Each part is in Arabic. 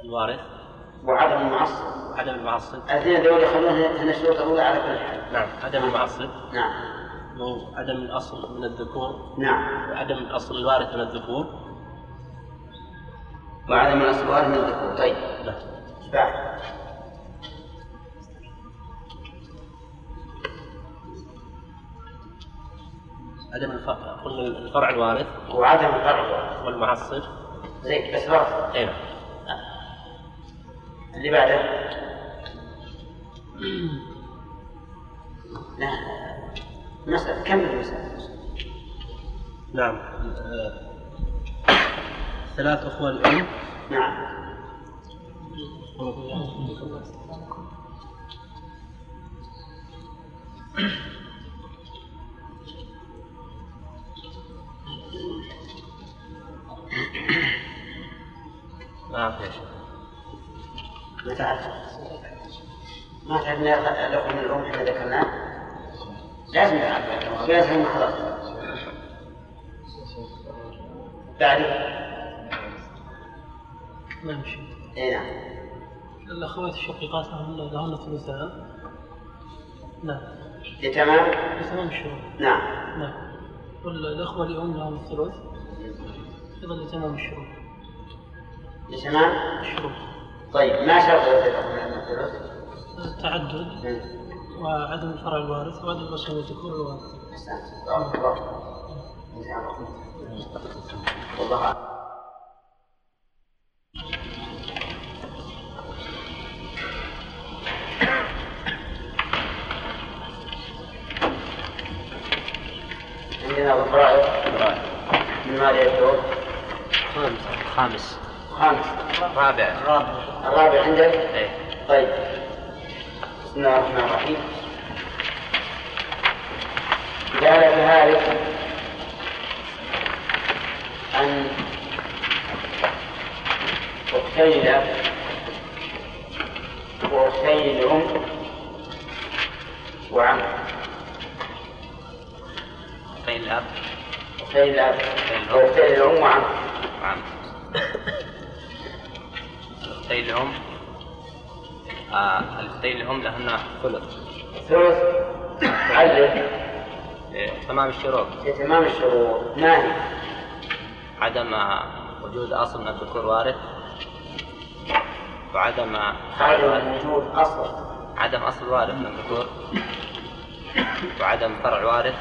الوارث وعدم المعصب. وعدم المعصب. الاثنين دول يخلون هنا الشروط الأولى على كل حال. نعم. عدم المعصب. نعم. وعدم الأصل من الذكور. نعم. وعدم الأصل الوارث من الذكور. وعدم الأصل الوارث من الذكور. طيب. لا. بعد. عدم الفرع الوارث. وعدم الفرع الوارث. والمعصب. زين بس واضح. أيوة. اللي بعده. لا مسألة كمل المسألة. نعم. ثلاث أخوة الأم. نعم. ما في شيء. ما تعرف الأخوة من الأم احنا ذكرناه لازم يعرف لازم خلاص. تعرف ما يمشي. اي نعم. الأخوات الشقيقات لهن ثلثان. نعم. لتمام الشروط. نعم. نعم. والأخوة لأم لهم الثلث أيضا لتمام الشروط. لتمام الشروط. طيب ما شرط الثلث؟ التعدد وعدم الفرع الوارث وعدم الأصل الذكور الوارث. والله أعلم. عندنا الفرائض من ماذا يبدو؟ خامس. الرابع عندك؟ أي. طيب بسم الله الرحمن الرحيم. قال بهذا أن أختين وأختين لأم وعم. أختين الأب وأختين لأم وعم. الأختين لأم الأختين لأم لهن ثلث علل تمام الشروط. تمام الشروط. ما هي؟ عدم وجود أصل من الذكور وارث. وعدم وجود أصل. عدم أصل وارث من الذكور. وعدم فرع وارث.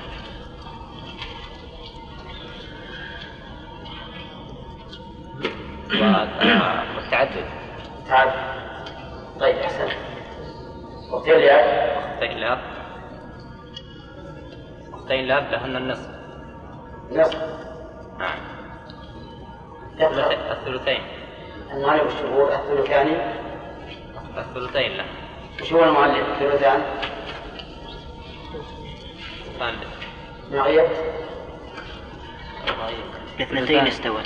والتعدد. طيب أحسن. أختين الأب لهن النصف. نعم. الثلثين. المؤلف الشهور الثلثين له. وش هو المؤلف الثلثان؟ معيب. اثنتين استوت.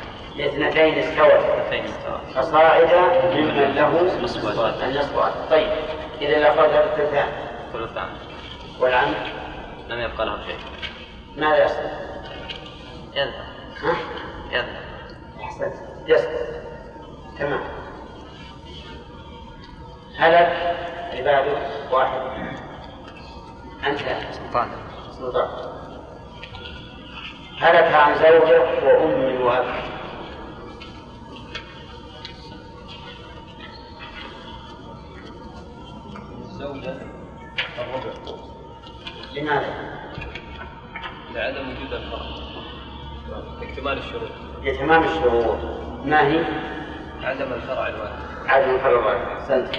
فصاعدا ممن له النصف. طيب إذا الأخرج الثلثان. والعم لم يبقى له شيء. ماذا يصنع؟ يذهب. أحسنت. يسكت. تمام. هلك عباده واحد. أنت سلطان. هلك عن زوجه وأم وأب. الزوجة الربع. لماذا؟ لعدم وجود الفرع. لاكتمال الشروط. لتمام الشروط. ما هي؟ عدم الفرع الواحد. أحسنت.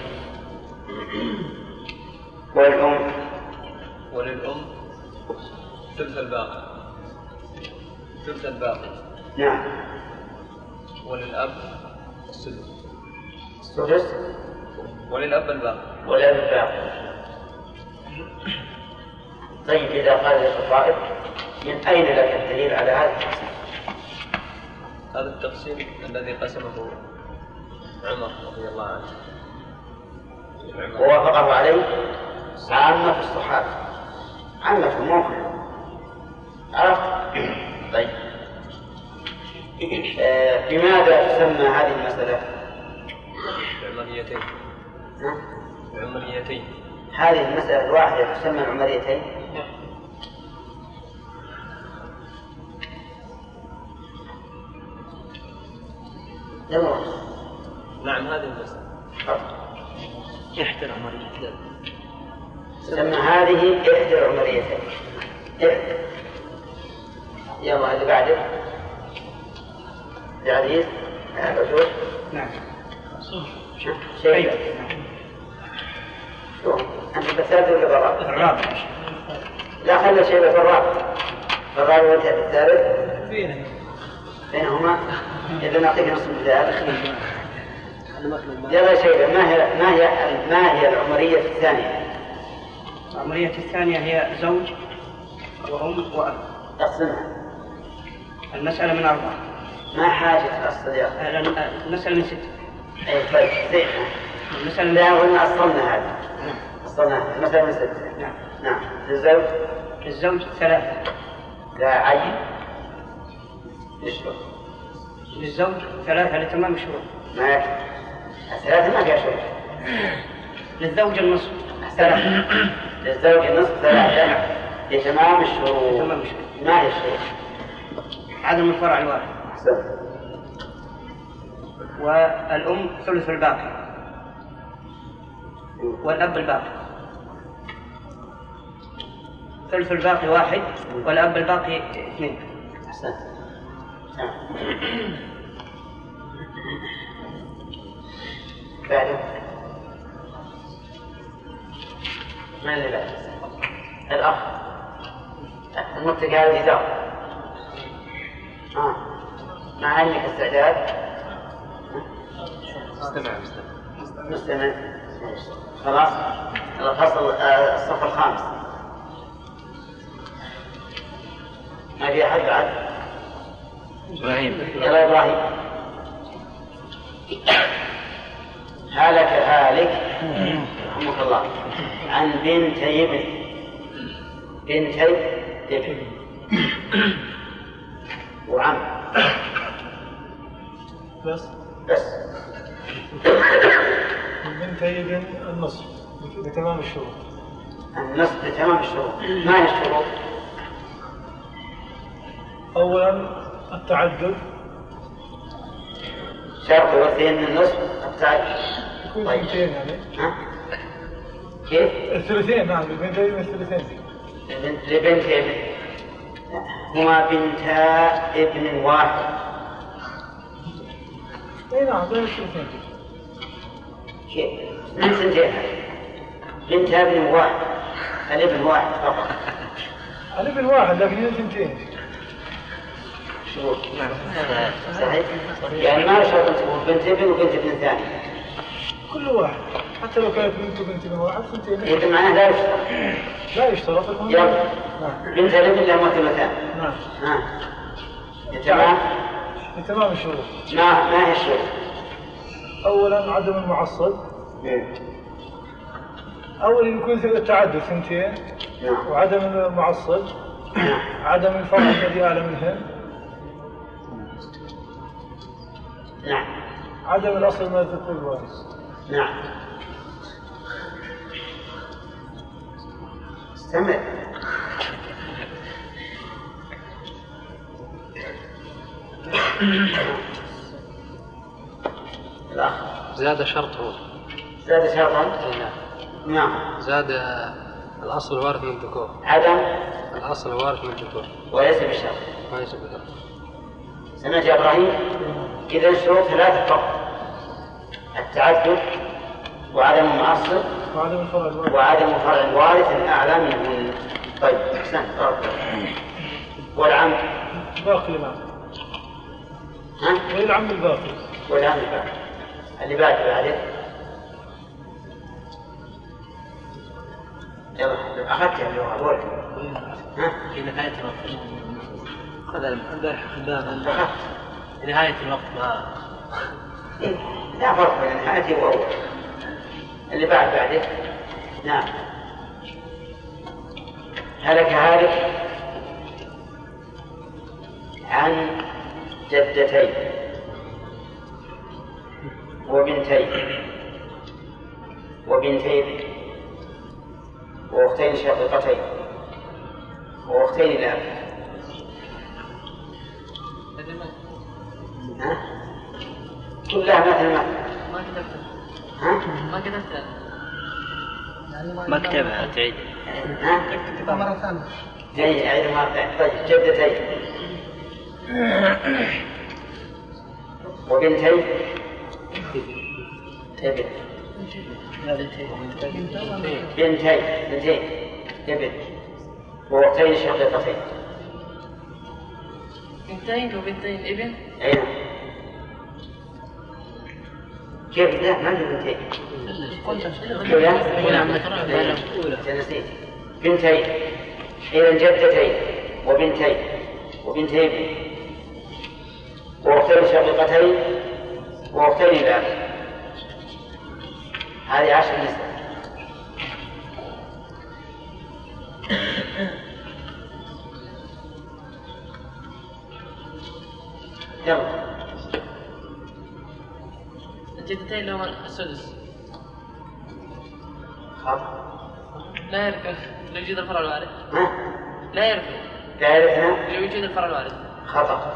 وللأم ثلث الباقي. نعم. وللأب السدس. وللأب الباقي. طيب إذا قال لك الفائض من أين لك الدليل على هذا التقسيم؟ هذا التقسيم الذي قسمه عمر رضي الله عنه ووافقه عليه عامة الصحابة. عامة موقع. عرفت؟ طيب لماذا تسمى هذه المسألة العمريتين. العمريتين. هذه المسألة الواحدة تسمى العمريتين. نعم هذه المسألة. إحدى العمريتين. تسمى هذه إحدى العمريتين. يلا اللي بعده. العزيز الرجل. نعم. شيء. شو؟ أنت بالثالث ولا بالرابع؟ الرابع. لا خلي شيء في الرابع. الرابع والثالث. بينهما. إذا نعطيك نصف الثالث. يلا شيء. ما هي العمرية الثانية؟ العمرية الثانية هي زوج وأم وأب. أقسمها. المسألة من 4. ما حاجة أصل يا أخي. المسألة من 6. أي طيب زين. المسألة لا قلنا أصلنا هذا. أصلنا المسألة من 6. نعم. نعم. للزوج. للزوج 3. لا عين. يشرب. للزوج 3 لتمام الشروط. ما يكفي. 3 ما فيها شروط. للزوج النصف. 3. للزوج النصف 3 لتمام الشروط. لتمام الشروط. ما هي الشروط؟ عدم الفرع الواحد. أحسن. والأم ثلث الباقي. والأب الباقي. ثلث الباقي 1 والأب الباقي 2. أحسن. بعده. من اللي بعده؟ الأخ. المتقى على الجدار. مع علمك استعداد. مستمع. خلاص. الفصل الصف الخامس. ما في أحد بعد. إبراهيم. يلا إبراهيم. هالك رحمك الله عن بنتي ابن وعم. بس بنتي ابن النصف بتمام الشروط. النصف بتمام الشروط. ما هي الشروط؟ أولا التعدد. شرط وثين من النصف التعدد. يكون طيب. 2 يعني. كيف؟ الثلثين. نعم بنتي ابن الثلثين. لبنت ابن. هما بنتا ابن واحد. اي نعم بين الثلثين. كيف؟ من سنتين. بنتا ابن واحد. الابن واحد فقط. الابن واحد لكن هي 2. شروط. صحيح. يعني ما شرط تكون بنت ابن وبنت ابن ثاني. كل واحد حتى لو كانت بنت ابن واحد 2. إذا معناه لا يشترط. لا يشترط. يلا. نعم. بنت الابن لها مثلتان. نعم. تمام الشروط. ما هي الشروط؟ أولا عدم المعصب. أولا يكون التعدد 2. وعدم المعصب. عدم الفرع الذي أعلى منهم. نعم. عدم الأصل ما يذكر الوارث. نعم. استمر. زاد شرط هو. زاد شرطا. نعم. زاد الأصل الوارث من الذكور. عدم الأصل الوارث من الذكور. وليس بالشرط. وليس بالشرط. سمعت يا إبراهيم؟ إذا الشروط 3 فقط. التعدد وعدم المعصب وعدم فرع الوارث الأعلى منه. طيب أحسن. والعم باقي العم. والعم الباقي. والعم الباقي. اللي بعده. يلا أخذت يا اللغة أقول. في نهاية الوقت. هذا البارح في نهاية الوقت ما. لا فرق بين نهايته وأول. اللي بعده. نعم. هلك عن جدتين وبنتين وبنتين وأختين شقيقتين وأختين لأب. كلها مثل ما كتبتها. ما كتبتها. ما كتبها تعيد. تكتبها مرة ثانية. جيد أعيد مرة ثانية. طيب جدتين وبنتين ابن بنتين ابن وأختين شقيقتين. بنتين وبنتين ابن. أين كيف لا ما في بنتين بنتين إذا جدتين وبنتين وبنتي ابن وأختين شقيقتين وأختين لأب. هذه 10 نساء. يلا الجدتين لهم السدس. لا يرثون لو يوجد الفرع الوارث. لا يرثون. لا يرثون لو يوجد الفرع الوارث. خطأ.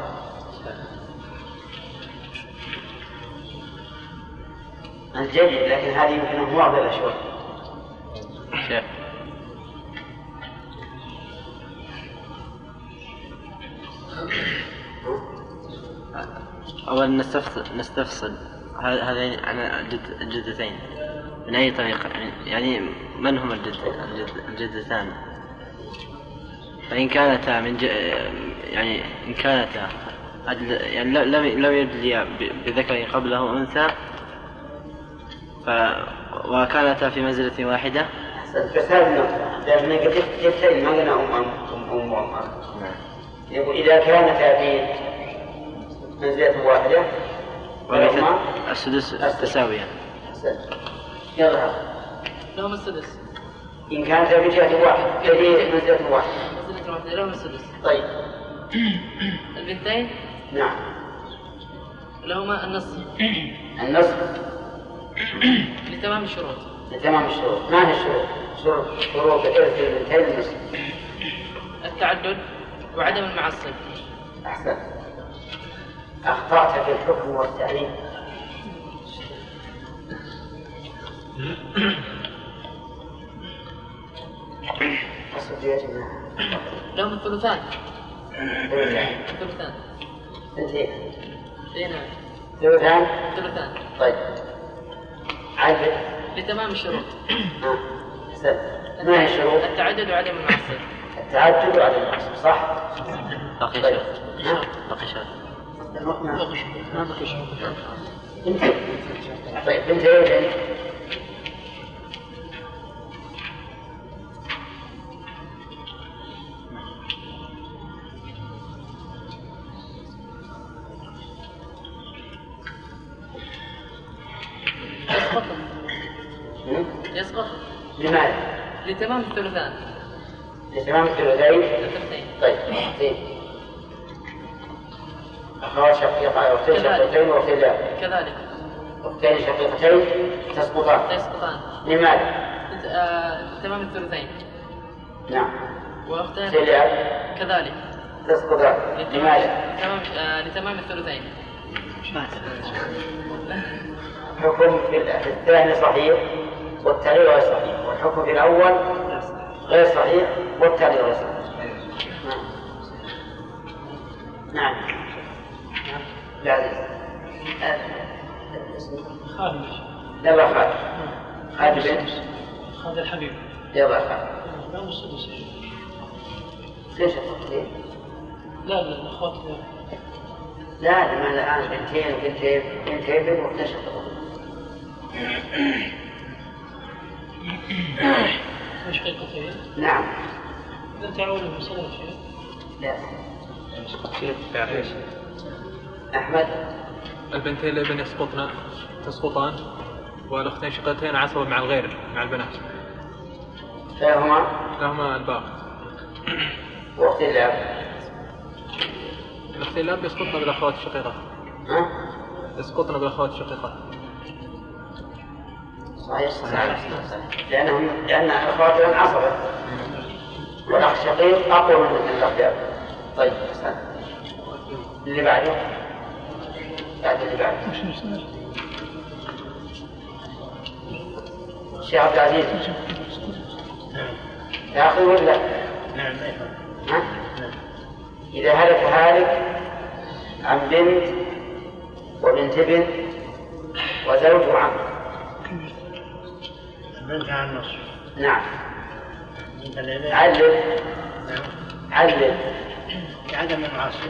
الجيد لكن هذه يمكن معضلة شوي. شيخ أولا نستفصل هذين عن الجدتين من أي طريقة، يعني من هم الجدتان؟ فإن كانتا يعني إن كانتا يعني لم يدليا بذكر قبله أنثى وكانتا في منزلة واحدة. بس هذه النقطة لأن جدتين ما قلنا أم يقول إذا كانتا في منزلة واحدة السدس تساويا. يلا لهم السدس إن كانت في جهة واحد في منزلة واحد. منزلة واحدة لهم السدس. طيب البنتين نعم لهما النصف. النصف لتمام الشروط. لتمام الشروط. ما هي الشروط؟ شروط إرث البنتين النصف. التعدد وعدم المعصب. أحسن. أخطأت في الحكم والتعليم. أصل يا جماعة لهم الثلثان. الثلثان. انتهي. نعم. ثلثان. ثلثان. طيب. عدد. لتمام الشروط. أحسن. ما هي الشروط؟ التعدد وعدم المعصب. التعدد وعدم المعصب صح؟ باقي طيب. شيء. باقي شيء. ما بقي شيء. انتهي. طيب انتهي. يسقط. لماذا؟ لتمام الثلثان. لتمام الثلثين. الثلثين. طيب زين. أخوات شقيقة أختين شقيقتين وأختين لأب. كذلك. أختين شقيقتين تسقطان. تسقطان. لماذا؟ لتمام الثلثين. نعم. وأختين لأب. كذلك. تسقطان. لماذا؟ لتمام الثلثين. حكم في الثاني صحيح والتالي غير صحيح، والحكم في الأول غير صحيح والتالي غير صحيح. نعم. لا خالد. يلا خالد. خالد بنت. خالد الحبيب. يلا خالد. لهم السدس. ليش التقديم؟ لا الأخوات لا لما الآن بنتين واختين شقيقتين. نعم. إذا تعاونوا في صلاة شيء. لا. كيف تعرف؟ أحمد. البنتين الابن تسقطان، والأختين شقيقتين عصبة مع الغير مع البنات. لهما الباقي. وأختين الأب. الأختين الأب يسقطن بالأخوات الشقيقات. يسقطن بالأخوات الشقيقات. صحيح. لأن الأخوات لهم عصبة والأخ الشقيق أقوى من الأخ الأب. طيب أحسن. اللي بعده الشيخ عبد العزيز يأخذ ولا؟ نعم. إذا هلك هالك عن بنت وبنت بنت وزوج وعم. البنت عن النصف. نعم. علل عدم المعصب.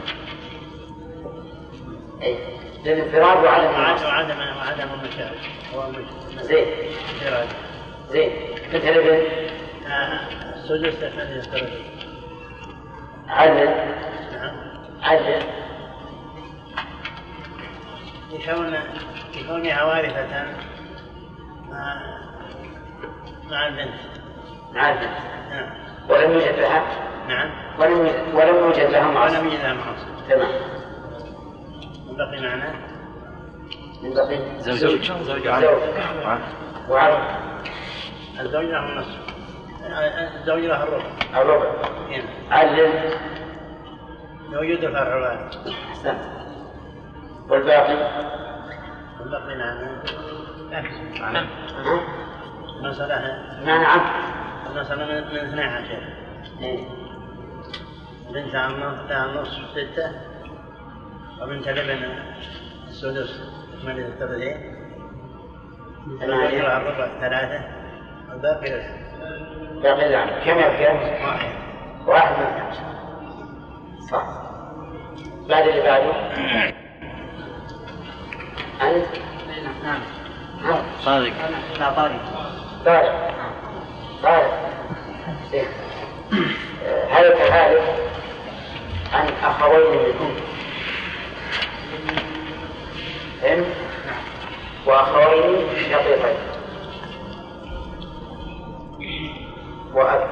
أي للانفراد وعدم المشاركة. زين مثل ابن السدس الثاني الثالث. علل يكونها وارثة مع البنت. نعم. ولم يوجد لها. نعم. ولم يوجد لها معصب. تمام. من بقي معنا. زوج وعم. الزوج له النصف. الزوج له الربع. علل يوجد الفرع الوارث. أحسن. والباقي معنا. نعم. المسألة من 12. بنت عمه لها النصف 6 وبنت الابن السدس 38 الزوج لها الربع 3 والباقي للعم. كم يبقى؟ 1 من 5. صح. بعد اللي بعده أنت؟ نعم. صادق. لا طارق. هلك هالك عن أخوين منكم. هم وأخوين شقيقين وأب.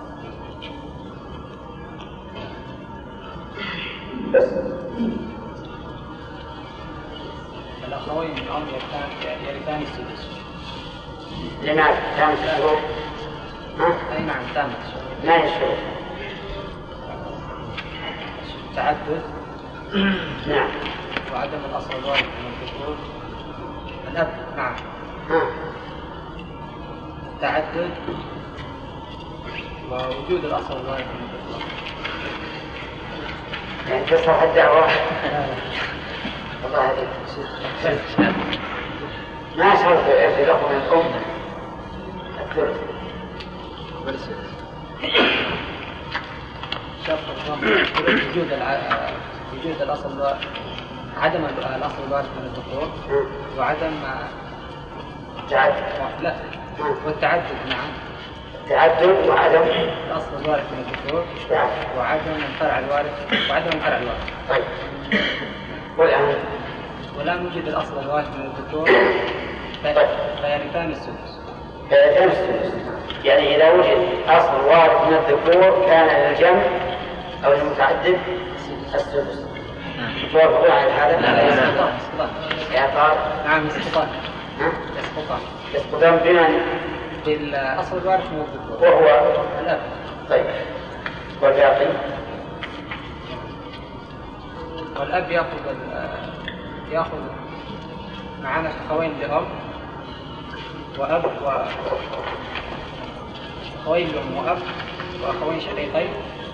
بس الأخوين الأم يرثان السدس. لماذا؟ تامة الشروط. أي نعم تامة الشروط. ما هي الشروط؟ تعدد. نعم. وعدم الأصل الوارث من الذكور. الأب. نعم. تعدد ووجود الأصل الوارث من الذكور. يعني تصح الدعوة. والله هذه ما شرط يأخذ من الأم الثلث. شرط وجود الأصل عدم الأصل الوارث من الذكور وعدم تعدد. لا والتعدد. نعم. تعدد وعدم الأصل الوارث من الذكور وعدم الفرع الوارث. طيب. والآن ولم يوجد الأصل الوارث من الذكور فيرثان السدس. يعني إذا وجد أصل وارث من الذكور كان للجمع أو المتعدد السدس. توافقون على هذا؟ لا. نعم يسقطان بمن؟ بالأصل الوارث من الذكور وهو الأب. طيب. والباقي؟ والأب يأخذ معنا أخوين لأب وأب وأخوين لأم وأب وأخوين شقيقين.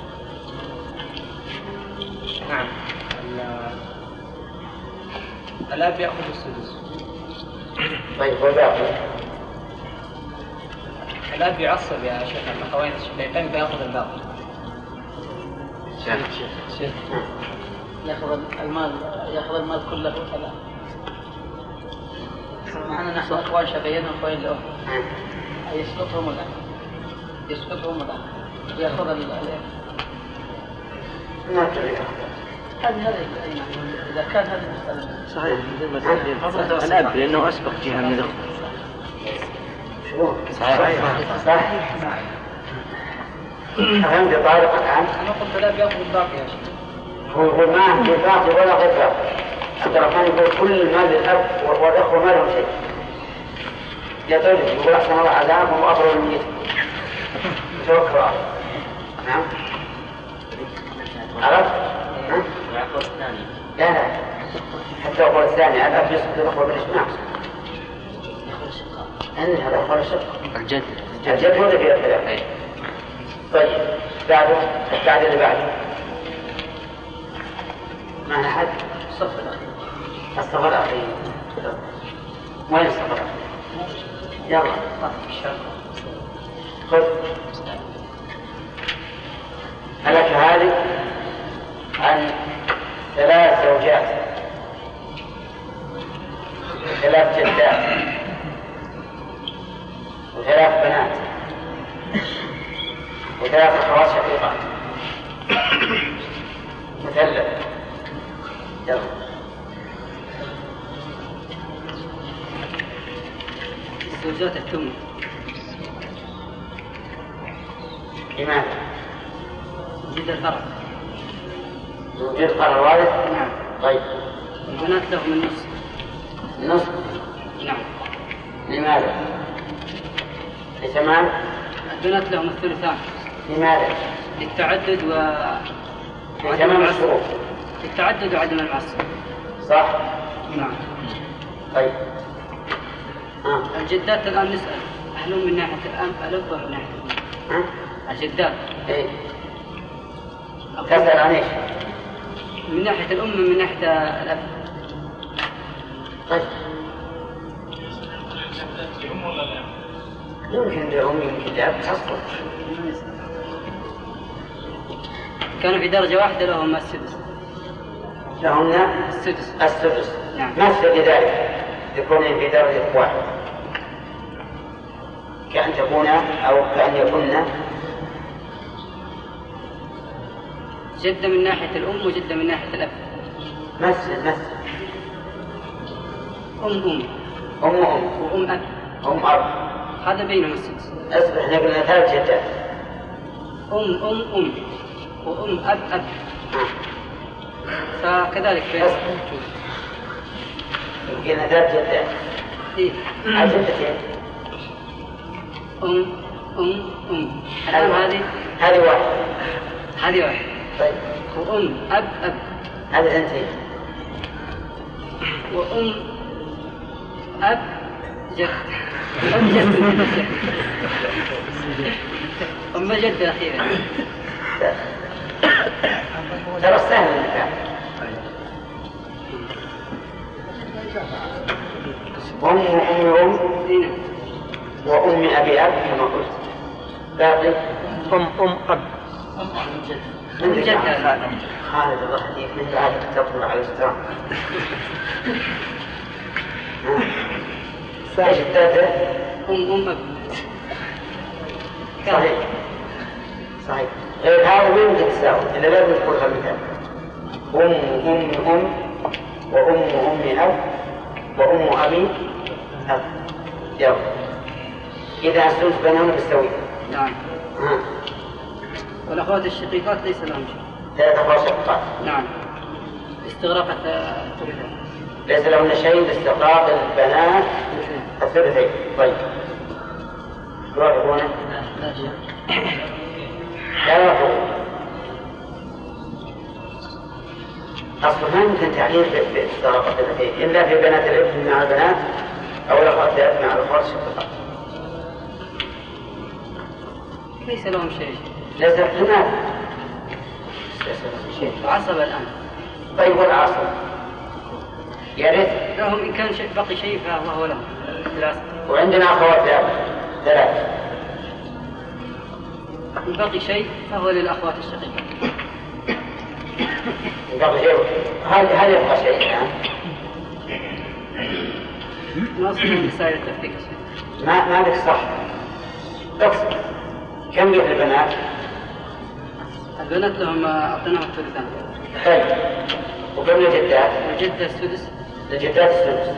نعم. الأب يأخذ السدس. طيب. والباقي؟ الأب يعصب يا شيخ الأخوين الشقيقين فيأخذ الباقي. شيخ يأخذ المال كله ولا؟ معنا نحن أخوان شقيقين وأخوين لأم. يسقطهم الآن ويأخذ ما تريد. هذه إذا كان هذه المسألة صحيح. الأب لأنه أسبق جهة من الأخوة. صحيح. أفهمت طارق الآن؟ أنا قلت الأب يأخذ الباقي يا شيخ. هو ما عنده باقي ولا غير باقي. عبد الرحمن يقول كل مال للأب والأخوة ما لهم شيء. يطلب يقول أحسن الله عذابهم وأبرر الميت توكل. نعم عرفت؟ لا لا حتى أقول الثاني الأب يدخل بالإجماع. هذا أخبار الشق الجد هو الذي يختلف. طيب بعد اللي بعده ما أحد الصف الأخير. وين الصف الأخير؟ يلا خذ. هلك هذه عن 3 زوجات 3 جدات و3 بنات و3 أخوات شقيقات مثلث. يلا زوجات الثمن. لماذا؟ وجود الفرع. وجود الفرع الوارث؟ نعم. طيب البنات لهم النصف. النصف؟ نعم. لماذا؟ لتمام؟ البنات لهم الثلثان. لماذا؟ للتعدد لتمام الشروط. للتعدد وعدم المعصب. صح؟ نعم. طيب الجدات الآن نسأل هل هم من ناحية الأب ومن ناحية الأم؟ الجدات إيه؟ تسأل عن إيش؟ من ناحية الأم ومن ناحية الأب. طيب يمكن لأم يمكن لأب أصلا. كانوا في درجة واحدة لهم السدس. لهن السدس. نعم. مثل لذلك يكونون في درجة واحدة كأن تكون أو كأن يكون جدة من ناحية الأم وجدة من ناحية الأب. مثل أم وأم أب. أم أب هذا بينهم السدس. أصبح احنا قلنا 3 جدات. أم وأم أب. فكذلك بينهم. قلنا 3 جدات. إيه. جدتين. أم. الآن هذه واحدة. طيب. وأم أب. هذه 2. وأم أب جد. أم جد. أم جد أخيرا. ترى سهل الكلام. أم وأم أبي أب كما قلت. باقي أم أب. أم جد. خالد الله يهديك من بعد تطلع على الإسلام. ايش الثالثة؟ أم أب. صحيح. هذا ما يمكن تساوي إلا لازم تقول المثال. أم وأم أب وأم أبي أب. يلا إذا الثلث بينهم بالسوية. نعم. والأخوات الشقيقات ليس لهم شيء. 3 أخوات شقيقات. نعم. استغراق الثلثين. ليس لهن شيء باستغراق البنات الثلثين. طيب يوافقون؟ لا يوافقون. أصلا ما يمكن تعليل باستغراق الثلثين إلا في بنات الابن مع البنات أو الأخوات مع الأخوات الشقيقات. ليس لهم شيء. ليس لماذا؟ عصب الآن. طيب والعصب يا ريت لهم إن كان شيء بقي شيء فهو لهم 3. وعندنا أخوات 3. إن بقي شيء فهو للأخوات الشقيقة. إن بقي شيء هل يبقى شيء الآن؟ نوصل لمسائل التفكيك. ما لك صح. اقصد كم مثل البنات؟ البنات لهم أعطيناهم الثلثان. طيب وكم الجدات؟ الجدة السدس. الجدات السدس.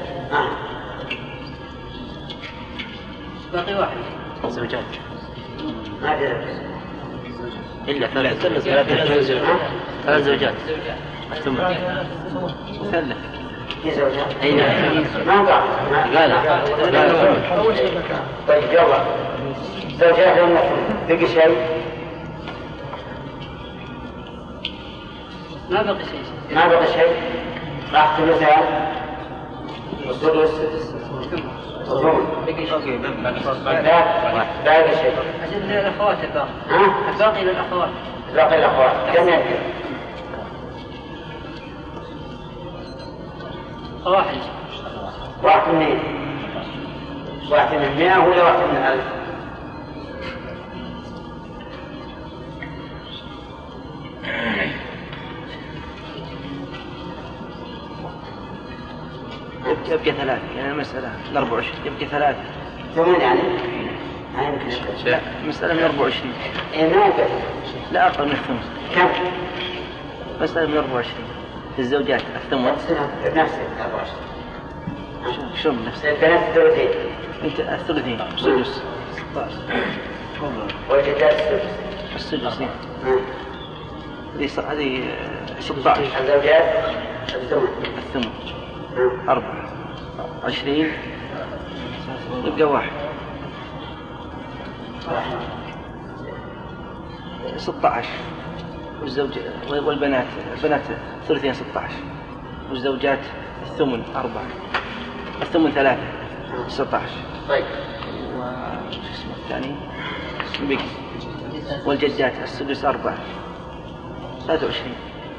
باقي 1. زوجات ما في زوجات إلا 3 زوجات. ثم في زوجات. أي نعم. ما قال. لا طيب يلا زوجات لهم بقي شيء؟ ما بقي شيء. ما بقي شيء. راح ثلثان والسدس والثمن. باقي شيء. عشان للأخوات الباقي. الباقي للأخوات. باقي الأخوات كم يمكن؟ واحد. واحد من 100 ولا واحد من 1000؟ يبقى 3 يعني المسألة من 24 يبقى 3 ثمن يعني؟ ما يمكن. لا مسألة من 24. إيه ما يمكن. لا أقل من الثمن. كم؟ مسألة من 24 في الزوجات الثمن. نفس 24. شو من نفس؟ البنات الثلثين. أنت الثلثين سدس 16 والجدات السدس هذه 16. الزوجات الثمن 24 يبقى 1 16 والزوج والبنات ثلثين 16 والزوجات الثمن 4 الثمن 3 16. طيب وش اسمه الثاني بقي والجدات السدس 4 23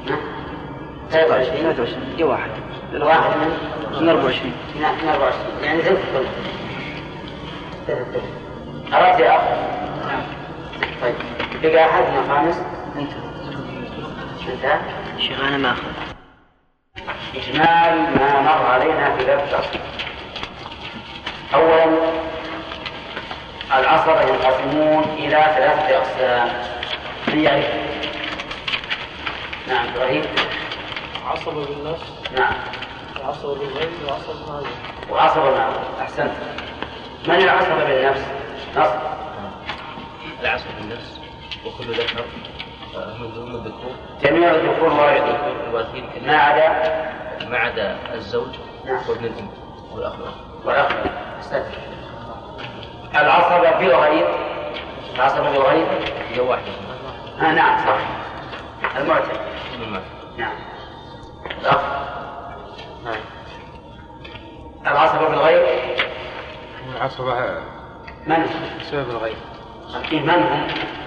بقي 1 من 24 يعني ثلث. عرفت يا أخ؟ طيب بقى أحدنا خامس. أنت شيخ أنا ما أخذ إجمال ما مر علينا في باب الأصل. أولا العصبة ينقسمون إلى 3 أقسام. من يعرف؟ نعم إبراهيم. عصبة بالنفس. نعم. وعصبة بالغير وعصبة مع الغير. وعصبة مع أحسنت. من العصبة بالنفس؟ نصر. العصبة بالنفس وكل ذكر من ضمن الذكور. جميع الذكور واردين ما عدا الزوج وابن الأم والأخ. أحسنت. العصبة بالغير. العصبة بالغير هي واحدة. نعم صح. المعتد. نعم. الأخ. العصبة بالغير. العصبة من؟ بسبب الغير. من هم؟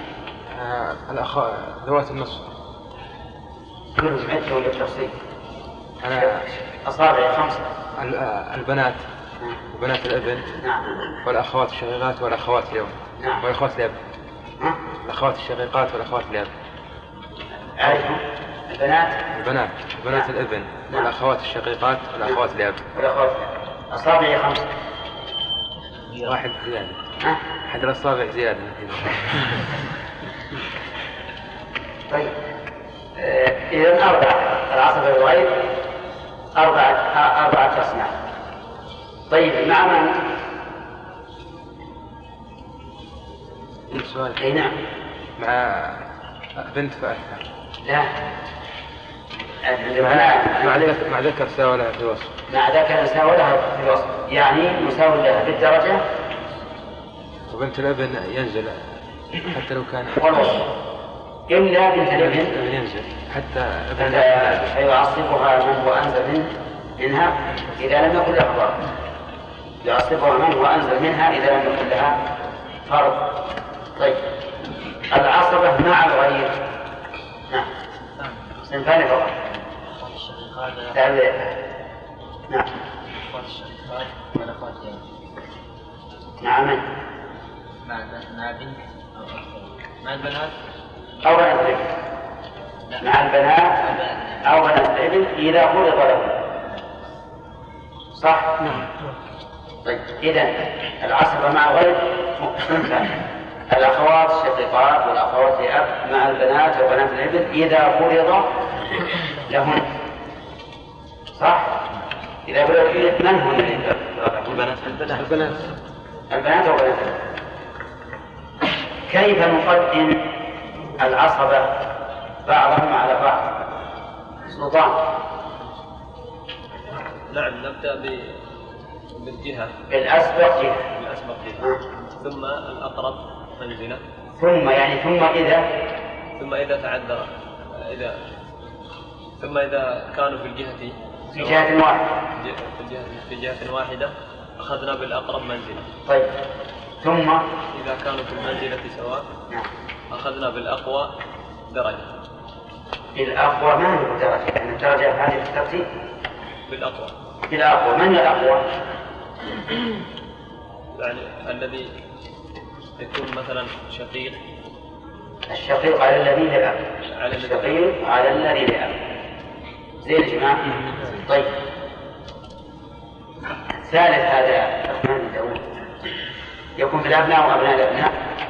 ذوات النصف. كلهم عدوا بالتفصيل. أنا أصابع 5. البنات وبنات الابن. نعم. والأخوات الشقيقات والأخوات اليوم. نعم. والأخوات الأب. الأخوات الشقيقات والأخوات الأب. أعرفهم. بنات الابن. والأخوات الشقيقات والأخوات الأب. أصابع 5. واحد زيادة. أحد الأصابع زيادة. طيب إذن 4. العصبة بالغير 4 أصناف. طيب مع من؟ السؤال. أي نعم. مع بنت فأكثر. لا. مع ذكر ساوى لها في وصف. مع ذكر ساوى لها في وصف يعني مساوي لها بالدرجة. وبنت الابن ينزل حتى لو كان والوصف إلا بنت الابن ينزل حتى ابن فيعصبها من هو أنزل منها إذا لم يكن لها فرض. يعصبها من هو أنزل منها إذا لم يكن لها فرض. طيب العصبة مع الغير. نعم. سنفاني فقط. نعم. مع من؟ مع بنت مع البنات أو بنات الابن. مع البنات أو بنات الابن إذا فرض له. صح؟ نعم. طيب إذن العصبة مع غير ممكن. الأخوات الشقيقات والأخوات لأب مع البنات وبنات الابن إذا فرض لهن. صح؟ إذا فرض من هم البنات وبنات الابن. كيف نقدم العصبة بعضهم على بعض؟ سلطان. نعم نبدأ بالجهة بالأسبق يسبق فيها. ثم الأقرب منزلة. ثم يعني ثم إذا تعذر ثم إذا كانوا في جهة واحدة في جهة واحدة أخذنا بالأقرب منزلة. طيب ثم إذا كانوا في المنزلة سواء أخذنا بالأقوى درجة. بالأقوى ما هي درجة؟ يعني الدرجة هذه في الترتيب بالأقوى. من الأقوى؟ يعني الذي يكون مثلا شقيق. الشقيق على الذي لأب. الشقيق على الذي لأب. زين يا جماعة. طيب ثالث هذا الرحمن داود يكون في الأبناء وأبناء الأبناء.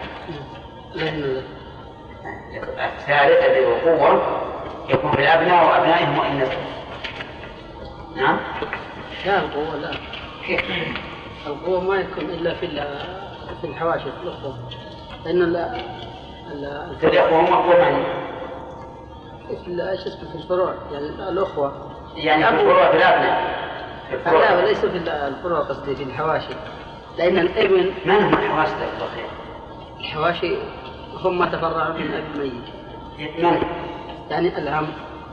الثالث الذي هو قوة يكون في الأبناء وأبنائهم وإن نزلوا. نعم. لا القوة لا. القوة ما يكون إلا في الحواشي في الأخوة. لأن الأخوة هم أقوى في الفروع يعني الأخوة. يعني في الفروع في الأبناء. لا وليس في الفروع قصدي في الحواشي. لأن الابن من هم الحواشي؟ الحواشي هم ما تفرعوا من أب الميت. من؟ يعني العم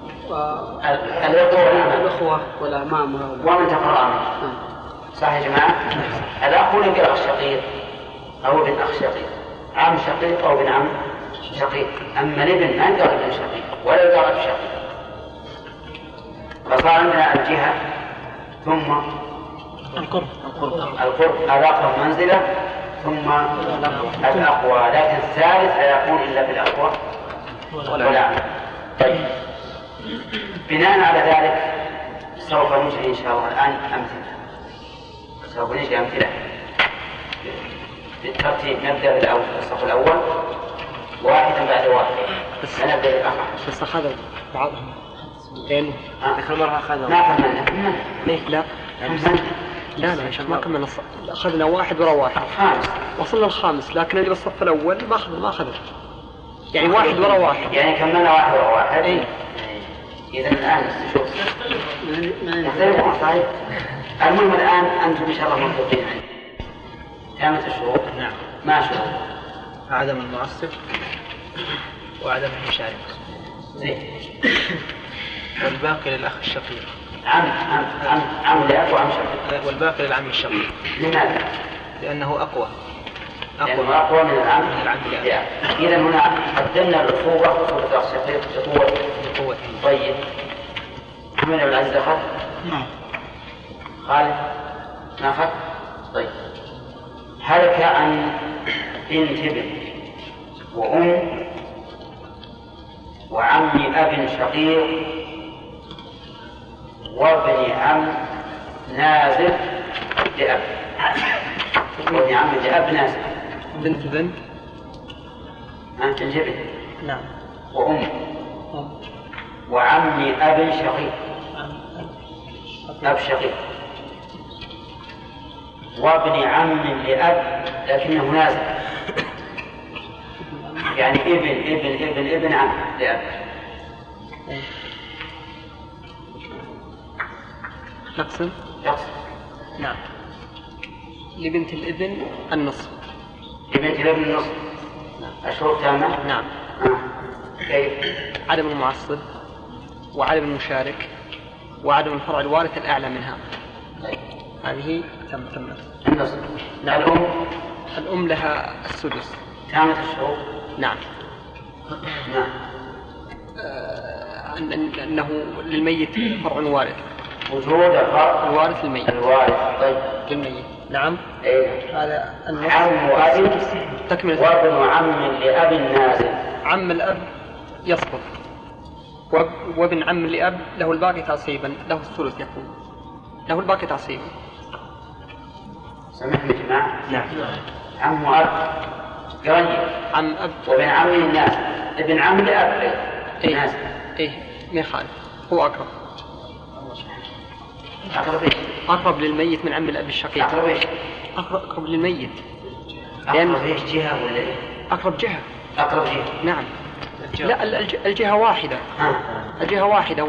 الأخوة والأعمام ومن تفرع منه. صح يا جماعة؟ الأخ ولد أخ شقيق أو ابن أخ شقيق، عم شقيق أو ابن عم شقيق. أما الابن ما يقدر ابن شقيق ولا يقدر ابن شقيق. فصار عندنا الجهة ثم القرب هذا أقرب منزلة ثم الأقوى، لكن الثالث لا يكون إلا في الأقوى ولا. طيب بناء على ذلك سوف نجري إن شاء الله الآن أمثلة. سوف نجري أمثلة بالترتيب. نبدأ بالصف الأول واحدا بعد واحد. نبدأ بالآخر. بس أخذ بعضهم لأنه آخر مرة أخذنا ما كملنا. ليه لا؟ لا يا شيخ ما كملنا. أخذنا واحد ورا واحد. وصلنا الخامس لكن اللي بالصف الأول ما أخذنا. يعني واحد ورا واحد. يعني كملنا واحد ورا واحد. إيه. إذا الآن شوف. طيب. المهم الآن أنتم إن شاء الله موفقين. تامة الشروط. نعم. ما شروط؟ عدم المعصب وعدم المشارك. والباقي للأخ الشقيق. عم لأب وعم شقيق. والباقي للعم الشقيق. لماذا؟ لأنه أقوى من العم لأب. إذا هنا قدمنا الأخوة الشقيق بقوة. طيب محمد بن العزيز أخذ؟ نعم. خالد ما أخذ؟ طيب هلك عن بنت ابن وأم وعم أب شقيق وابن عم نازل لأب. وابن عم لأب نازل. بنت ابن بنت ابن. نعم. وأم وعم أب شقيق أب شقيق وابن عم لأب لكنه نازل، يعني ابن عم لأب. نقسم. نعم. لبنت الابن النصف. لبنت الابن النصف. الشروط تامة. نعم. كيف؟ عدم المعصب وعدم المشارك وعدم الفرع الوارث الأعلى منها. هذه تمت. النصف. نعم. الأم لها السدس. تامة الشروط. نعم. أنه للميت فرع وارث. وجود الفرع الوارث للميت. الوارث. طيب. للميت. نعم. هذا النص. عم وأب تكملة. وابن عم لأب نازل. عم الأب يسقط وابن عم لأب له الباقي تعصيبا، له الثلث يكون له الباقي تعصيبا. سمحني يا جماعة. نعم. عم وأب قريب. عم أب وابن عم الناس ابن عم لأب ناس. ما يخالف هو أقرب. أقرب للميت من عم الأب الشقيق. أقرب للميت. لأن جهة ولا إيه؟ أقرب جهة. نعم. لا الجهة واحدة. الجهة واحدة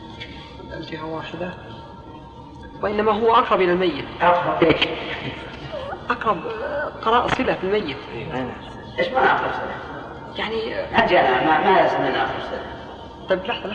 وإنما هو أقرب إلى الميت. أقرب إيش؟ أقرب قراء صلة في الميت. إيش معنى أقرب صلة؟ يعني أنا ما يسمى أقرب صلة. طيب لحظة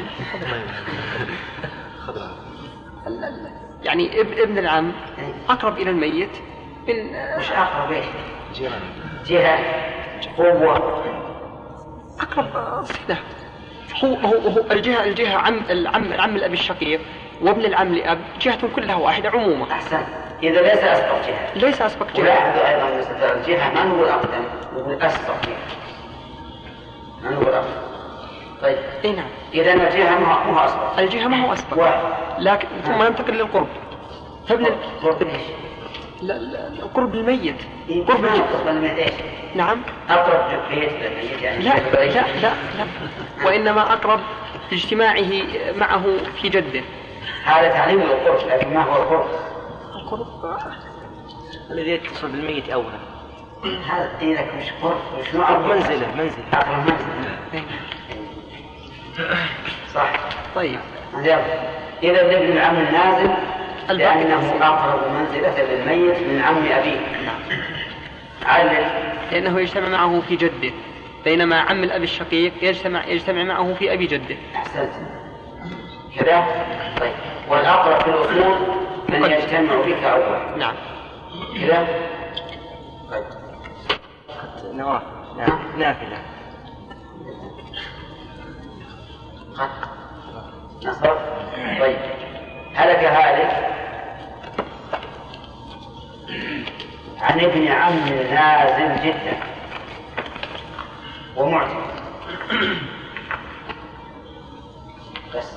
يعني ابن العم أقرب إلى الميت من مش أقرب إيش؟ جهة قوة أقرب صلة. هو الجهة العم الأب الشقيق وابن العم لأب جهة كلها واحدة عموما. أحسن. إذا ليس أسبق جهة. ليس أسبق جهة. ولاحظ أيضا مثل الجهة من هو الأقدم يقول أسبق جهة. من هو الأقدم؟ طيب. إيه نعم. إذا الجهة ما هو أسبق. الجهة ما هو أسبق. واحد. لكن ثم ننتقل للقرب. فابن قرب إيش؟ قرب الميت. قرب الميت إيش؟ نعم. أقرب بيت للميت يعني. لا. وإنما أقرب اجتماعه معه في جده. هذا تعليم القرب، لكن ما هو القرب؟ القرب الذي يتصل بالميت أولا. هذا دينك مش قرب، مش نوع منزلة. أقرب منزلة. صح. طيب. إذا ابن العم النازل لأنه أقرب منزلة للميت من عم أبيه. علل. لأنه يجتمع معه في جده، بينما عم الأب الشقيق يجتمع معه في أبي جده. أحسنت. كذا. طيب. والأقرب في الأصول من يجتمع بك أول. نعم. كذا. طيب. نوافل. نافلة. نصر. طيب. هلك هالك عن ابن عم نازل جدا ومعتق. بس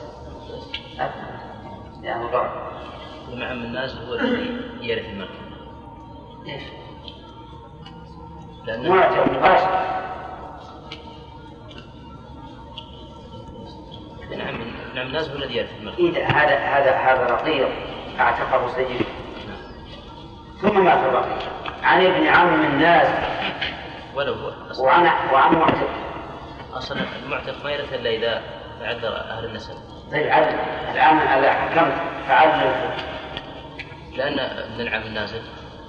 يا مضر. ابن عم النازل هو الذي يرث الملك. ليش؟ لأنه معتق مباشر. ابن عم النازل هو الذي يرث الملك. إذا هذا رقيق اعتقه سيده ثم مات الرقيق عن ابن عم النازل ولو هو وعن معتق. أصلا المعتق ما يرث إلا إذا تعذر أهل النسب. طيب عدل الآن أنا حكمت فعدل. لأن ابن العم النازل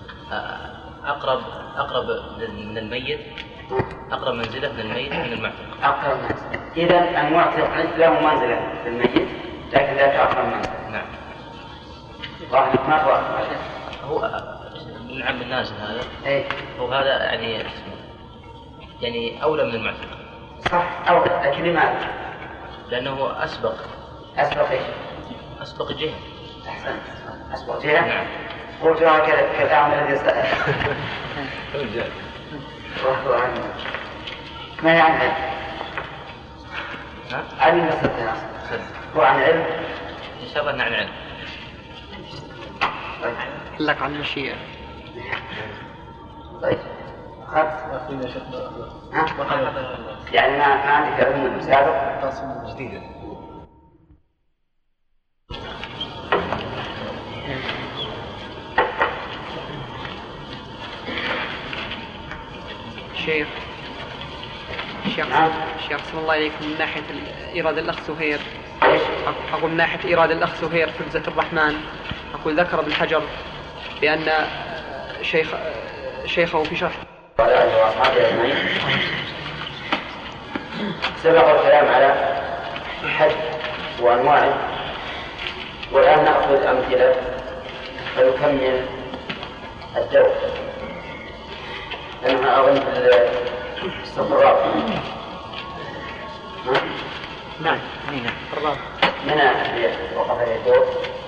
أقرب من الميت، أقرب منزلة من الميت من المعتق. أقرب منزلة. إذا المعتق له منزلة في الميت لكن ذاك أقرب منزلة. نعم. واحد ما واحد. هو ابن العم النازل هذا. إيه. هو هذا يعني أولى من المعتق. صح أولى، لكن لماذا؟ لأنه أسبق إيش؟ أسبق جهة. أحسن. أسبق جهة. نعم. قلت هكذا كالأعمى الذي سأل. ما يعني علم؟ علم بس هو عن علم. إن شاء الله عن علم. طيب. لك عن المشيئة. طيب. يعني ما عندك علم مسابق جديدة. شيخ صلى الله عليكم من ناحية إيراد الأخ سهير. أقول من ناحية إيراد الأخ سهير في فلزة الرحمن، أقول ذكر ابن حجر بأن شيخه في شرح سبق الكلام على الحج وأنواعه، والآن نأخذ أمثلة فنكمل الدور. أنا أظن في الصفرات. نعم. من وقف عليه الدور.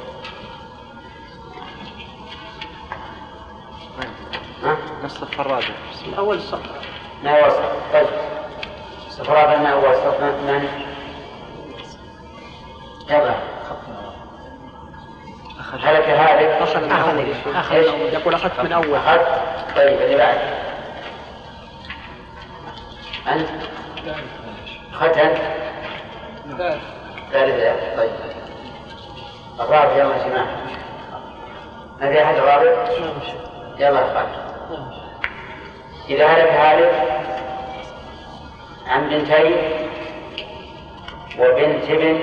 الصف الرابع. أول صف. ما هو الصف؟ طيب. الصف الرابع ما هو الصف؟ من؟ يلا. هلك هالك. يقول أخذت من أول. طيب اللي بعد. أنت؟ أخذت أنت؟ ثالث. طيب. الرابع يلا يا جماعة. ما في أحد الرابع؟ يلا أخذ. إذا هلك هالك عن بنتين وبنت ابن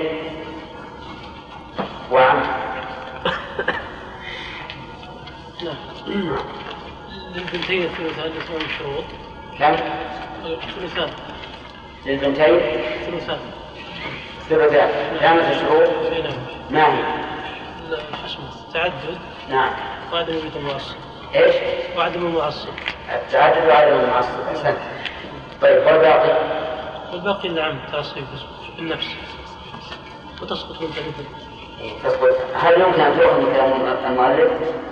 وعم. للبنتين الثلثان يسمون الشروط. كم؟ ثلثان. للبنتين؟ ثلثان. ثلثان. كاملة الشروط؟ ما هي؟ التعدد. نعم. وعدم المعصب. ايش؟ وعدم المعصب. التعدد وعدم المعصب. أحسنت. طيب والباقي؟ والباقي نعم تعصيب بالنفس وتسقط من ثالثة. تسقط. هل يمكن أن تؤخذ من كلام المؤلف؟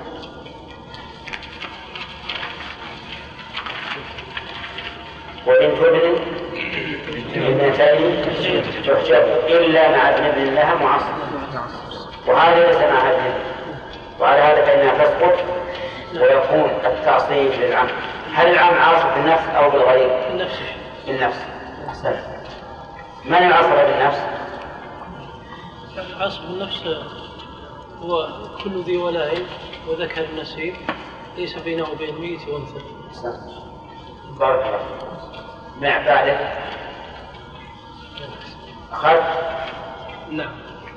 وإن تبن ابنتين تحجب إلا مع ابن ابن لها معصب، وهذا ليس مع ابن، وعلى هذا فإنها تسقط ويكون التعصيب للعم. هل العم عاصب بالنفس أو بالغير؟ بالنفس. بالنفس. أحسن. من العصب بالنفس؟ العصب بالنفس هو كل ذي ولاء وذكر نسيب ليس بينه وبين ميت وانثى. بارك الله. مع بعده أخذ؟ نعم.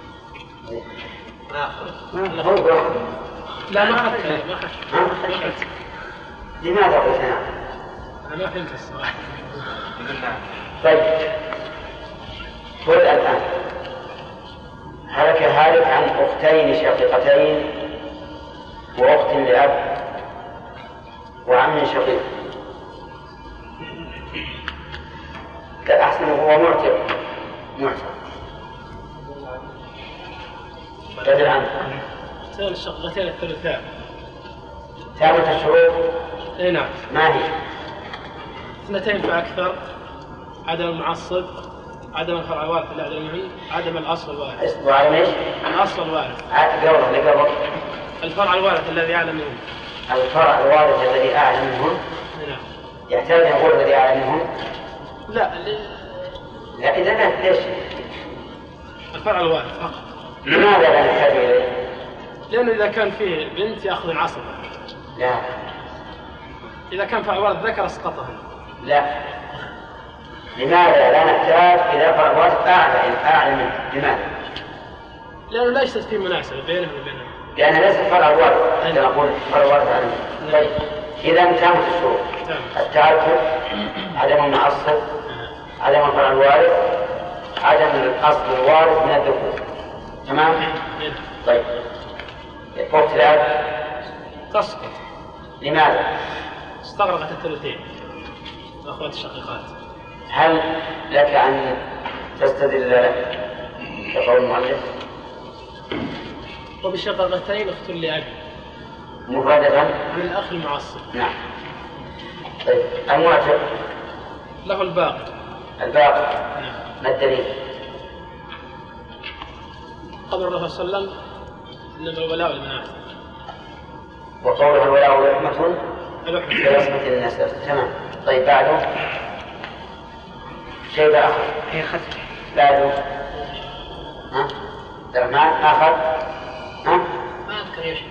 لا ما أخذت. لماذا قلت نعم؟ أنا ما فهمت الصراحة. طيب قل الآن هلك عن أختين شقيقتين وأخت لأب وعم شقيق. لا أحسن هو معتق بدل عنه. الشقيقتين الثلثان. ثابت الشروط؟ اي نعم. ما هي؟ 2 فأكثر، عدم المعصب، عدم الفرع الوارث اللي عدم المهم، عدم الأصل الوارث. وعدم ايش؟ الأصل الوارث. قبل الفرع الوارث الذي أعلم منه. الفرع الوارث الذي أعلم منه؟ نعم. يحتاج أن يقول الذي أعلم منه؟ لا إذا لا ليش؟ الفرع الوارث فقط. لماذا لا نحتاج إليه؟ لأنه إذا كان فيه بنت يأخذ العصب. لا. إذا كان فرع الوارث ذكر اسقطه. لا. لماذا لا نحتاج إلى فرع الوارث أعلى منه؟ لماذا؟ لأنه لا يوجد فيه مناسبة بينه وبينه. لأنه ليس فرع الوارث. أنا أقول فرع الوارث أعلى منه. طيب إذا تمت الشروط. التعدد، عدم المعصب، عدم الفرع الوارث، عدم الأصل الوارث من الذكور. تمام؟ طيب فوق ثلاث تسقط. لماذا؟ استغرقت الثلثين الأخوات الشقيقات. هل لك أن تستدل بقول المؤلف؟ وبشقيقتين أخت لأب مفردة من الأخ المعصب. نعم. طيب المعتق له الباقي. نعم. ما الدليل؟ قول الرسول صلى الله عليه وسلم إنما الولاء والبنات. وقوله الولاء رحمة برحمة النسب. تمام. طيب بعده شيء آخر. هي خذ. بعده ها؟ الرحمن آخر ها؟ ما أذكر يا شيخ.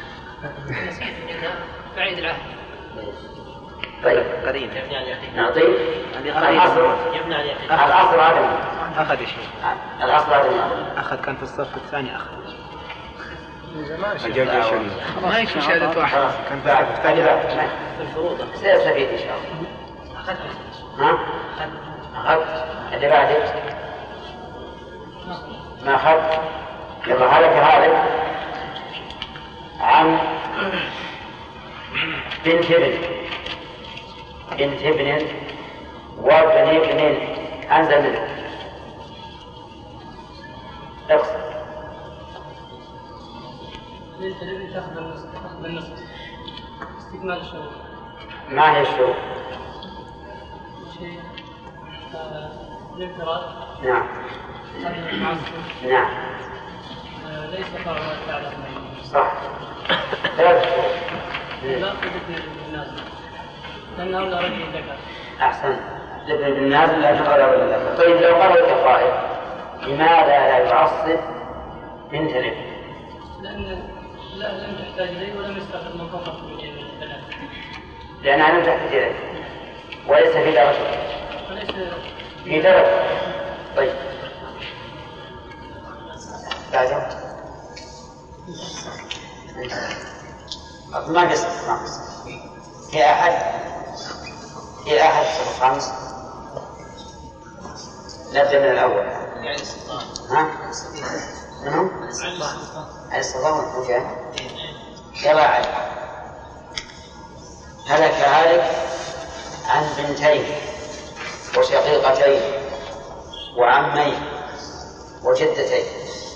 بعيد العهد. طيب قرين. نعطيه الأصل. الأصل عدم. أخذ شيء. الأصل عدم. أخذ كان في الصف الثاني أخذ. ما يكفي شهادة واحد. كان بعد الثاني سيستفيد إن شاء الله. ها؟ أخذت اللي بعده ما أخذت. يلا هلك عن بنت ابن وابن ابن أنزل منه. اقصد بنت الابن تأخذ بالنصف استكمال الشروط. ما هي الشروط؟ شيء الانفراد. نعم. عدم المعصب. نعم. ليس فرع تعلم. صح. ثلاث شروط. لا قدر بالناس لأنه لا رجل ذكر. أحسن. لابن بالناس لا شغل ولا ذكر. طيب لو قال القائل لماذا لا يعصب بنت الابن؟ لأن لم تحتاج إليه ولم يستخدم من فقط من الثلاث. لأنها لم تحتاج إليه وليس في درجة. وليس في درجة. طيب بعده ما قصة في أحد الخامس. نبدأ من الأول. يعني السلطان. ها؟ منهم؟ على السلطان وجه. يلا عاد. هلك هالك عن بنتين وشقيقتين وعمين وجدتين.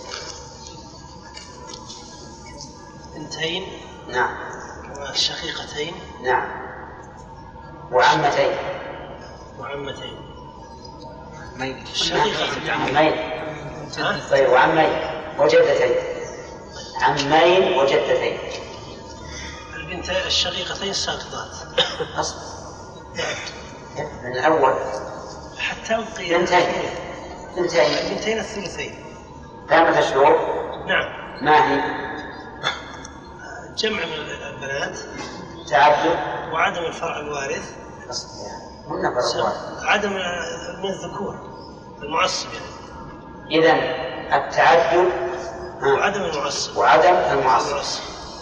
بنتين. نعم. وشقيقتين. نعم. وعمتين. وعمتين. الشقيقتين. عمين. طيب وعمين وجدتين. عمين وجدتين. البنتين الشقيقتين ساقطات. أصل. من الأول. حتى بنتين الثلثين. كاملة الشروط. نعم. ما هي؟ جمع من البنات. تعدد. وعدم الفرع الوارث. عدم من الذكور المعصب يعني. إذن التعدد وعدم المعصب. وعدم المعصب.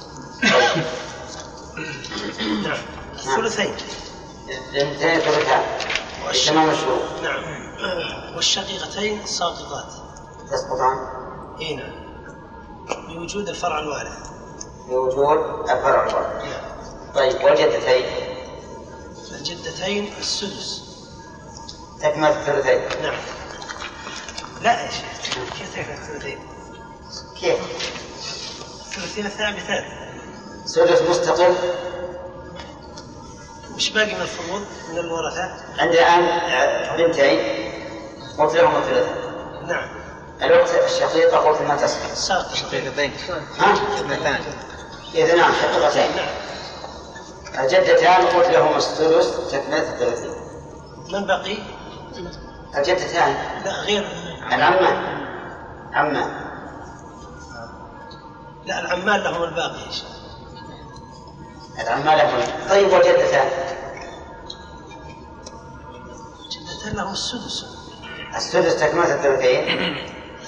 نعم. الثلثين. الاثنتين ثلثان. تمام الشروط. نعم. والشقيقتين ساقطات. تسقطان. اي نعم. بوجود الفرع الوارث. بوجود الفرع الوارث. نعم. طيب والجدتين. الجدتين السدس. تكمل الثلثين. نعم. لا يا شيخ، كيف تكمل الثلثين؟ كيف؟ الثلثين ثابتات. سدس مستقل. وش باقي من الفروض من الورثة؟ عندنا الآن بنتين قلت لهم الثلثين. نعم. الأخت الشقيقة قلت ما تسقط. ساقط. شقيقتين. ها؟ اثنتان. إذا نعم شقيقتين. الجدتان قلت لهم الثلث تكملة الثلثين. من بقي؟ الجدتان. لا غير. العمان. عمان. لا العمان لهم الباقي. العمان لهم. طيب والجدتان. الجدتان لهم السدس. السدس تكملة الثلثين.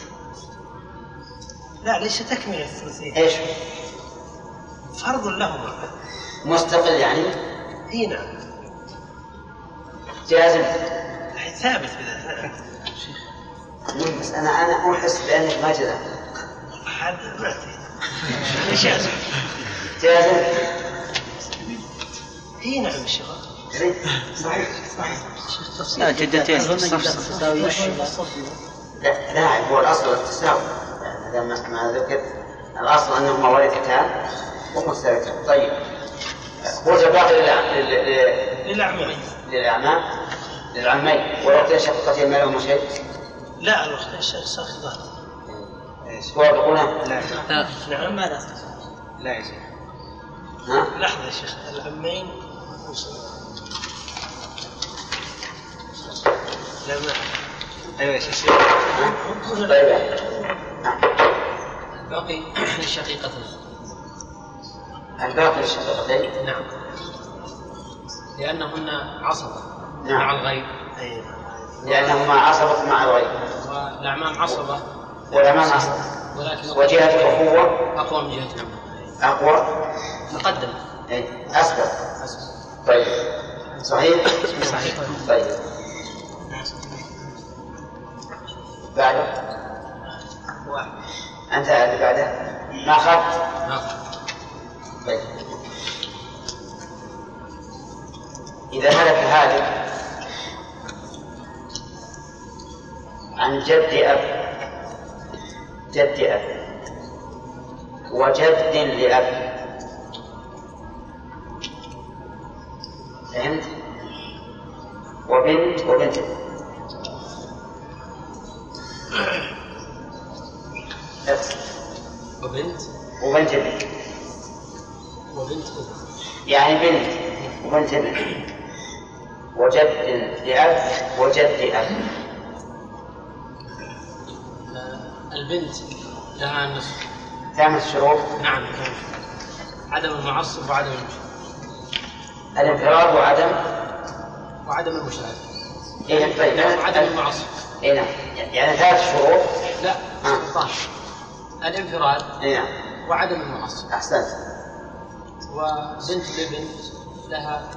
لا ليس تكملة الثلثين. ايش؟ فرض لهما. مستقل يعني؟ اي نعم. جازم. ثابت بذلك. نعم. بس أنا أحس بأنك ما جزم. هذا ما أدري. جازم. جازم. اي نعم يا شيخ. صحيح. لا جدتين. لا هو الأصل التساوي. هذا ما ذكر. الأصل أنهما ورثتان ومشتركان. طيب. قلت باقي للأعمام. للعمين والأختين شقيقتين ما لهما شيء. لا الأختين ساقطات. توافقونه؟ لا. نعم. ماذا؟ لا يا شيخ. ها؟ لحظة يا شيخ. العمين لا ما. أيوة يا شيخ. طيب. باقي للشقيقتين. الباقي للشقيقتين. نعم. لأنهن عصبة. نعم. مع الغير. لأنهما عصبة مع الغير. والأعمام عصبة. والأعمام عصبة. وجهة الأخوة أقوى من جهة العمام. أقوى. مقدم. أسبق. طيب. صحيح؟ صحيح. طيب. بعده. أنت اللي بعده. ما أخذت. طيب. إذا هلك هالك عن جد أب وجد لأب. فهمت؟ وبنت يعني بنت وبنت ابن وجد لأب وجد أب. البنت لها النصف. ثامن الشروط. نعم. عدم المعصب وعدم المشارك. الانفراد وعدم المشارك. إيه طيب. وعدم المعصب. إيه نعم. يعني ثلاث شروط. لا. سلطان. الانفراد. إيه نعم. وعدم المعصب. أحسنت. وبنت الابن لها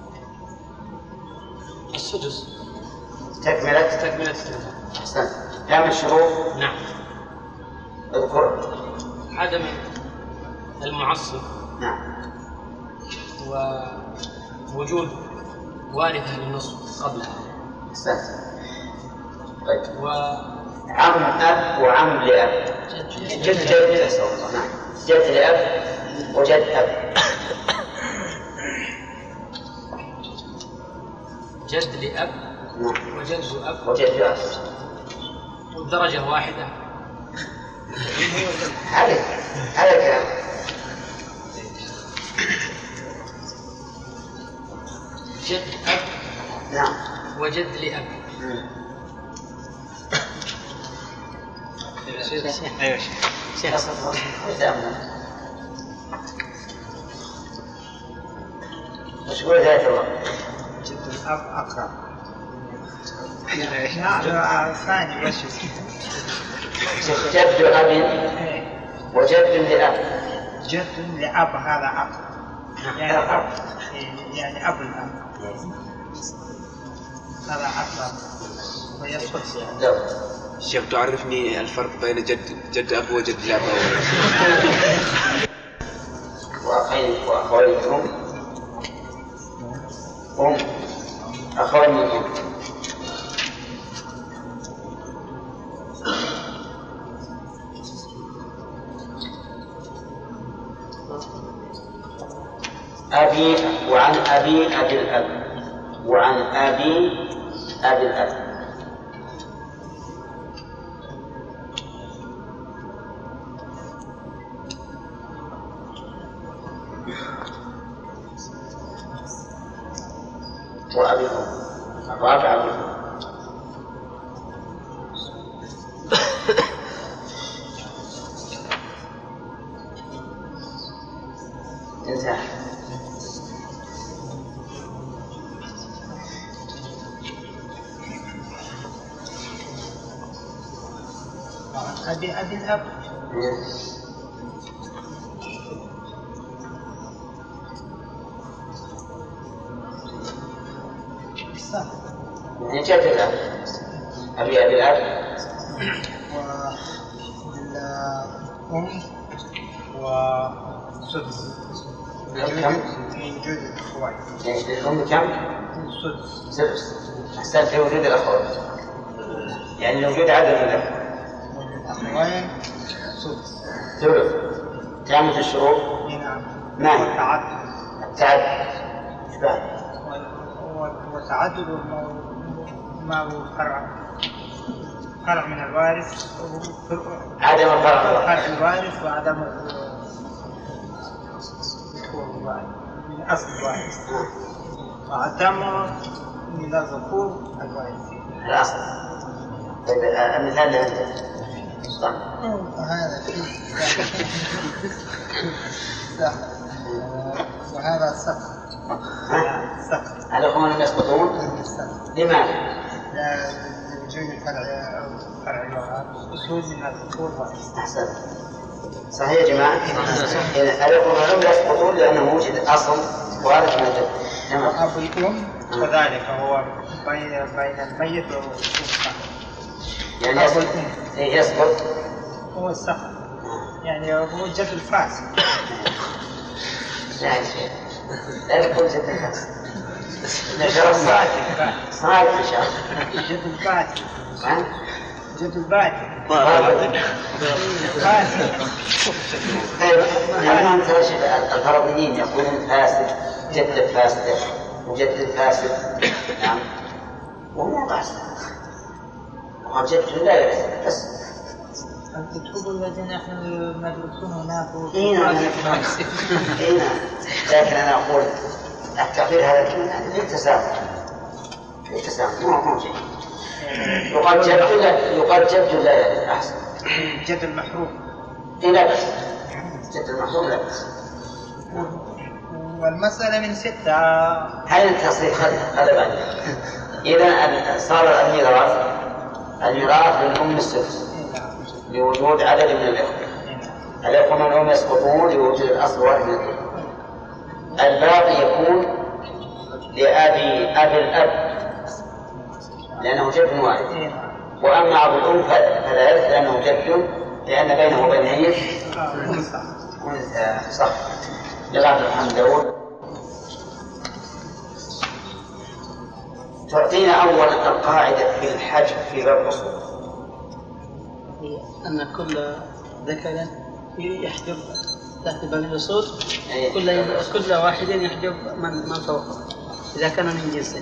السدس. تكملة أحسن. كم الشروط؟ نعم. اذكر. عدم المعصب. نعم. ووجود وارثة للنصف قبلها. أحسن. طيب. عم أب وعم لأب. جد نعم. جد لأب وجد أب. جد لأب وجد أب وجد أب والدرجة واحدة. هذا كلام. جد أب نعم وجد لأب. أيوة شيخ. وش يقول ذات الله؟ جد الأب أقرب. نعم ثاني بس. جد أب وجد لأب. جد لأب هذا أقرب. يعني أب يعني أب الأب هذا أقرب ويسقط. شيخ تعرفني الفرق بين جد أب وجد لأب. وأخوين أخوين من أبي وعن أبي أبي الأب وعن أبي أبي الأب. وأبيهم الرابع أبيهم. انتهى. أبي الأب. من جد الأب أبي الأب والأم وسدس. وجود الأخوات. الأم كم؟ سدس. أحسنت. في وجود الأخوات يعني وجود عدد من الأخوات. الأخوين سدس. ثلث. كم في الشروط؟ نعم. ما هي؟ التعدد. وتعدد ما هو فرع من الوارث. عدم الفرع الوارث وعدم من أصل الوارث. وعدم من الذكور الوارث الأصل. طيب المثال اللي عندك هذا فيه وهذا سقط. هل هم يسقطون؟ لماذا؟ لوجود فرع الوارث من الذكور والأنثى. أحسن. صحيح يا جماعة. الأخوان لا يسقطون لأنه وجد أصل وارث من الجد. أب الأم كذلك هو بين الميت والصحة. يعني يسقط هو السقط يعني هو جد الفاسد. لا يا شيخ لا يكون جد الفاسد. صادق إن شاء الله. جد الفاسد. جد الباطل. يعني أنت الفرضيين يقولون فاسد جد فاسد وجد فاسد. نعم وهو فاسد وجد لا يفسد بس. الكتب الذين نحن ندرسون هناك. لكن أنا أقول التعبير هذا للتسامح. مو شيء. يقال جد لا أحسن. جد المحروم. لا بس جد المحروم لا بس. والمسألة من 6. هل التصريف هذا بعد إذا صار الميراث للأم السدس لوجود عدد من الأخوة من هم يسقطون لوجود الأصل واحد من الأخوة. الباقي يكون لأبي الأب لأنه جد والد، وأما أبو الأم فلا يرث لأنه جد، لأن بينه وبين صح. لغاية الحمد داود. تعطينا أولا القاعدة في الحج في باب الأصول. أن كل ذكر يحجب تحت باب الأصول، كل واحد يحجب من فوقه إذا كان من جنسه.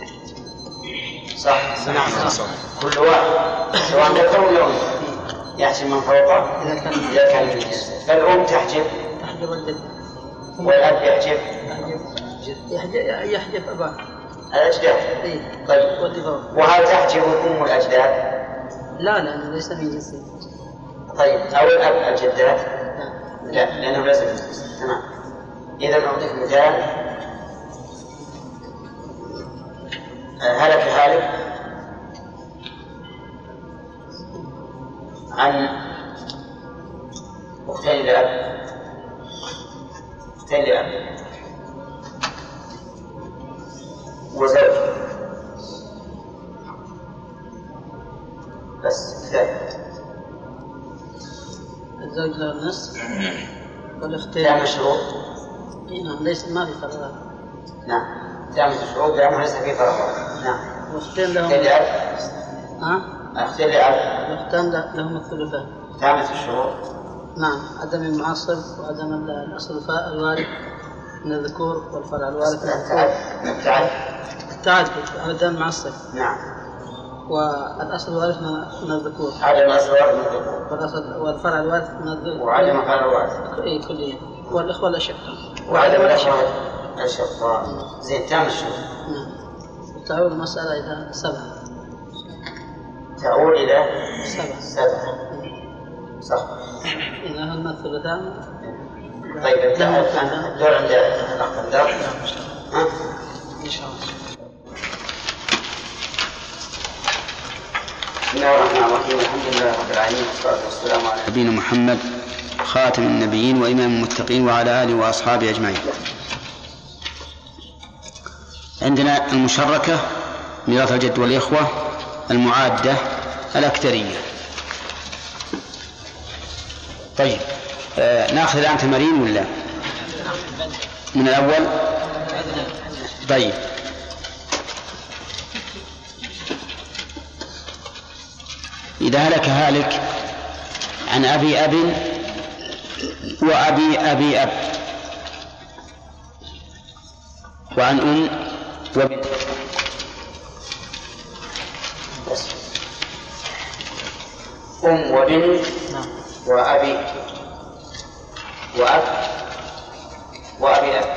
صح. نعم. كل واحد سواء ذكر ولا أنثى يحجب من فوقه إذا كان من جنسه. فالأم تحجب الجد، والأب يحجب أباه الأجداد. طيب، وهل تحجب الأم الأجداد؟ لا لأنه ليس من جنسه. طيب، أو الأب الجدات؟ لا لأنه ليس من جنسه. تمام. إذا أعطيك مثال. هلك هالك عن أختين لأب، وزوج، بس كفاية. الزوج له النصف والاختين دام الشروط. نعم، ليس ما في فرق. نعم، دام الشروط دام ليس في فرق. نعم. واختين لهم لأب. أختين لأب. واختين لهم الثلثان. دامت الشروط. نعم، عدم المعصب وعدم الأصل الوارث من الذكور والفرع الوارث من التعدد عدم المعصب. نعم. والأصل الوارث من الذكور. عدم الأصل الوارث من الذكور. والفرع الوارث من الذكور. وعدم الفرع الوارث. إيه كليا. والإخوة الأشقاء. وعدم الأشقاء. زين تام الشروط. نعم. تعود المسألة إلى 7. تعود إلى 7. صح. إذا هم الثلثان. طيب، الدور عند الأخ الدار. إن شاء الله. بسم الله الرحمن الرحيم. الحمد لله رب العالمين، والصلاة والسلام على نبينا محمد خاتم النبيين وإمام المتقين وعلى آله وأصحابه أجمعين. عندنا المشركة ميراث الجد والإخوة، المعادة، الأكثرية. طيب، نأخذ الآن تمارين ولا من الأول؟ طيب، إذا هلك هالك عن أبي أب وأبي أبي أب وعن أم وبنت، أم وبنت وأبي وأب وأبي أب.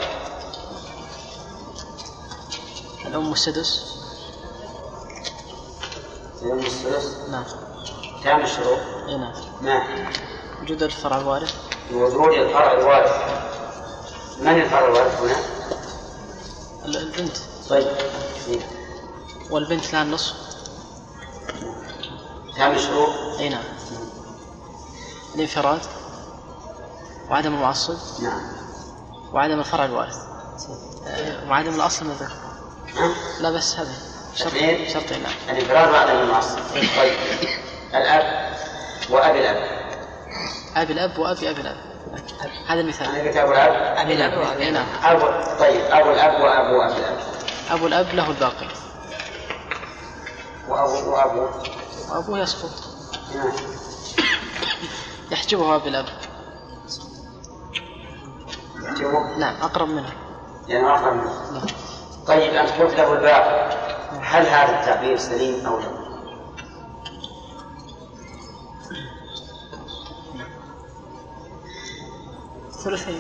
الأم السدس. الأم السدس. نعم. تام الشروط. نعم. ما وجود الفرع الوارث. وجود الفرع الوارث. من الفرع الوارث هنا؟ البنت. طيب. والبنت لها النصف. تام الشروط. أي نعم. الانفراد وعدم المعصب. نعم. وعدم الفرع الوارث وعدم الأصل من الذكر. لا بس هذا شرطين. نعم. الانفراد وعدم المعصب. طيب، الأب وأبي الأب. أبي الأب وأبي أبي الأب، هذا المثال. أنا قلت أبو الأب. أبي الأب وأبي. نعم. طيب، أبو الأب وأبو أبي الأب. أبو الأب له الباقي. وأبوه يسقط. نعم. يحجبه أبي الأب. يحجبه؟ نعم، أقرب منه. يعني أقرب منه. نعم. طيب، أنت قلت له الباقي، هل هذا التعبير سليم أو لا؟ ثلثين.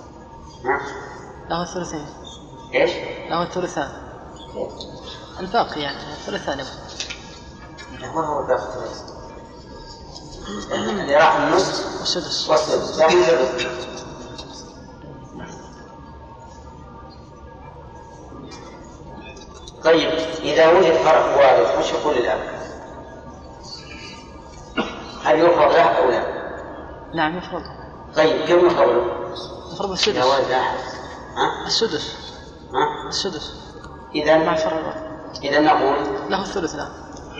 له الثلثين. إيش؟ له الثلثان. الباقي يعني الثلثان. ما هو الباقي الثلث؟ اللي راح النص والسدس. طيب، إذا وجد فرق وارث وش يقول الأب؟ هل يفرض له أو لا؟ نعم يفرض. طيب، كم يفرض له؟ يفرض السدس. يا ولد لا. السدس. السدس. إذا مع فرع الوارث. إذا نقول له الثلث الآن.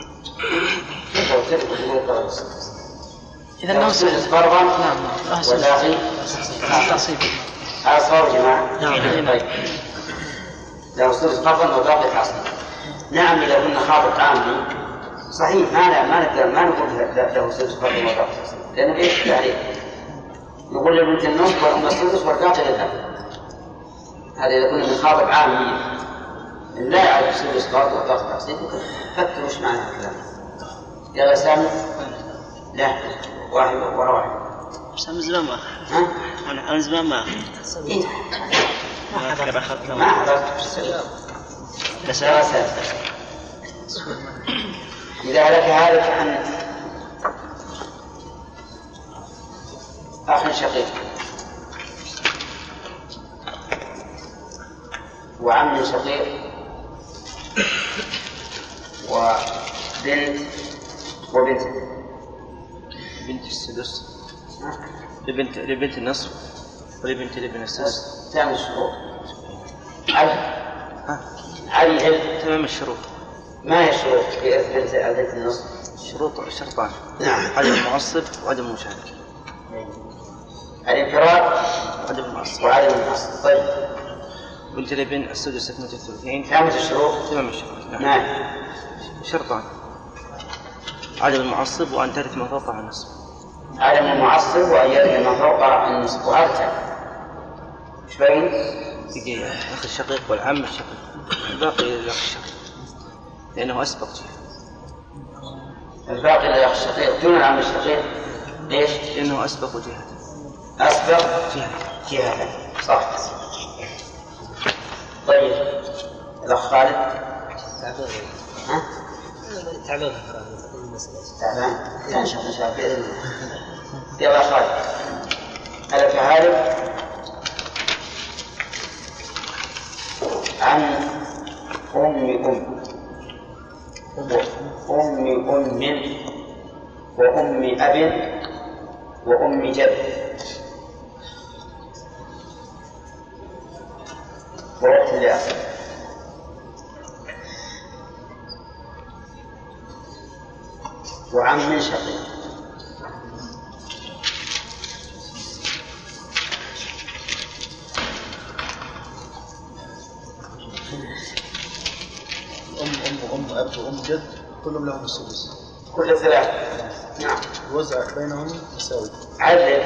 إذا له الثلث فرضا. نعم. والباقي تعصيبا. أصوات يا جماعة. نعم. طيب. له الثلث فرضا والباقي تعصيبا. نعم إذا كنا خاطب عامي صحيح ما نقول له الثلث فرضا والباقي تعصيبا لأنه إيش التعريف؟ نقول لبنت النصف والأم الثلث والباقي للأب. هذا إذا كنا بنخاطب عامي لا يعرف يصير إسقاط وإطلاق التعصيب فكروا إيش معنى الكلام. يا سامي لا واحد ورا واحد. سامي زمان ما أنا زمان ما حضرت بس يا سامي إذا هلك هالك عن أخ شقيق وعم شقيق وبنت السدس لبنت النصف ولبنت الابن السدس. تمام الشروط. علي تمام الشروط. ما هي الشروط في إثبات بنت النصف؟ شرطان. نعم. عدم المعصب وعدم المشاركة. الانفراد وعدم المعصب. طيب. بنت الابن السدس 2/3. تمام الشروط. تمام الشروط. نعم. شرطان. عدم المعصب وأن ترث من فوقها النصف. عدم المعصب وأن يرث من فوقها النصف وهذا ايش باين؟ يجي الأخ الشقيق والعم الشقيق الباقي للأخ الشقيق لأنه أسبق جهة. الباقي للأخ الشقيق دون العم الشقيق ليش؟ لأنه أسبق جهة. أسبق جهة صح. طيب الأخ خالد تعبان إن شاء الله بإذن الله. يلا خالد ألك هارب عن أم وأم أب وأم جد وأخت لأخت وعم شقيق. أم أب وأم جد كلهم لهم السدس. كل ثلاثة. نعم. الوزع بينهم مساوي. عدل.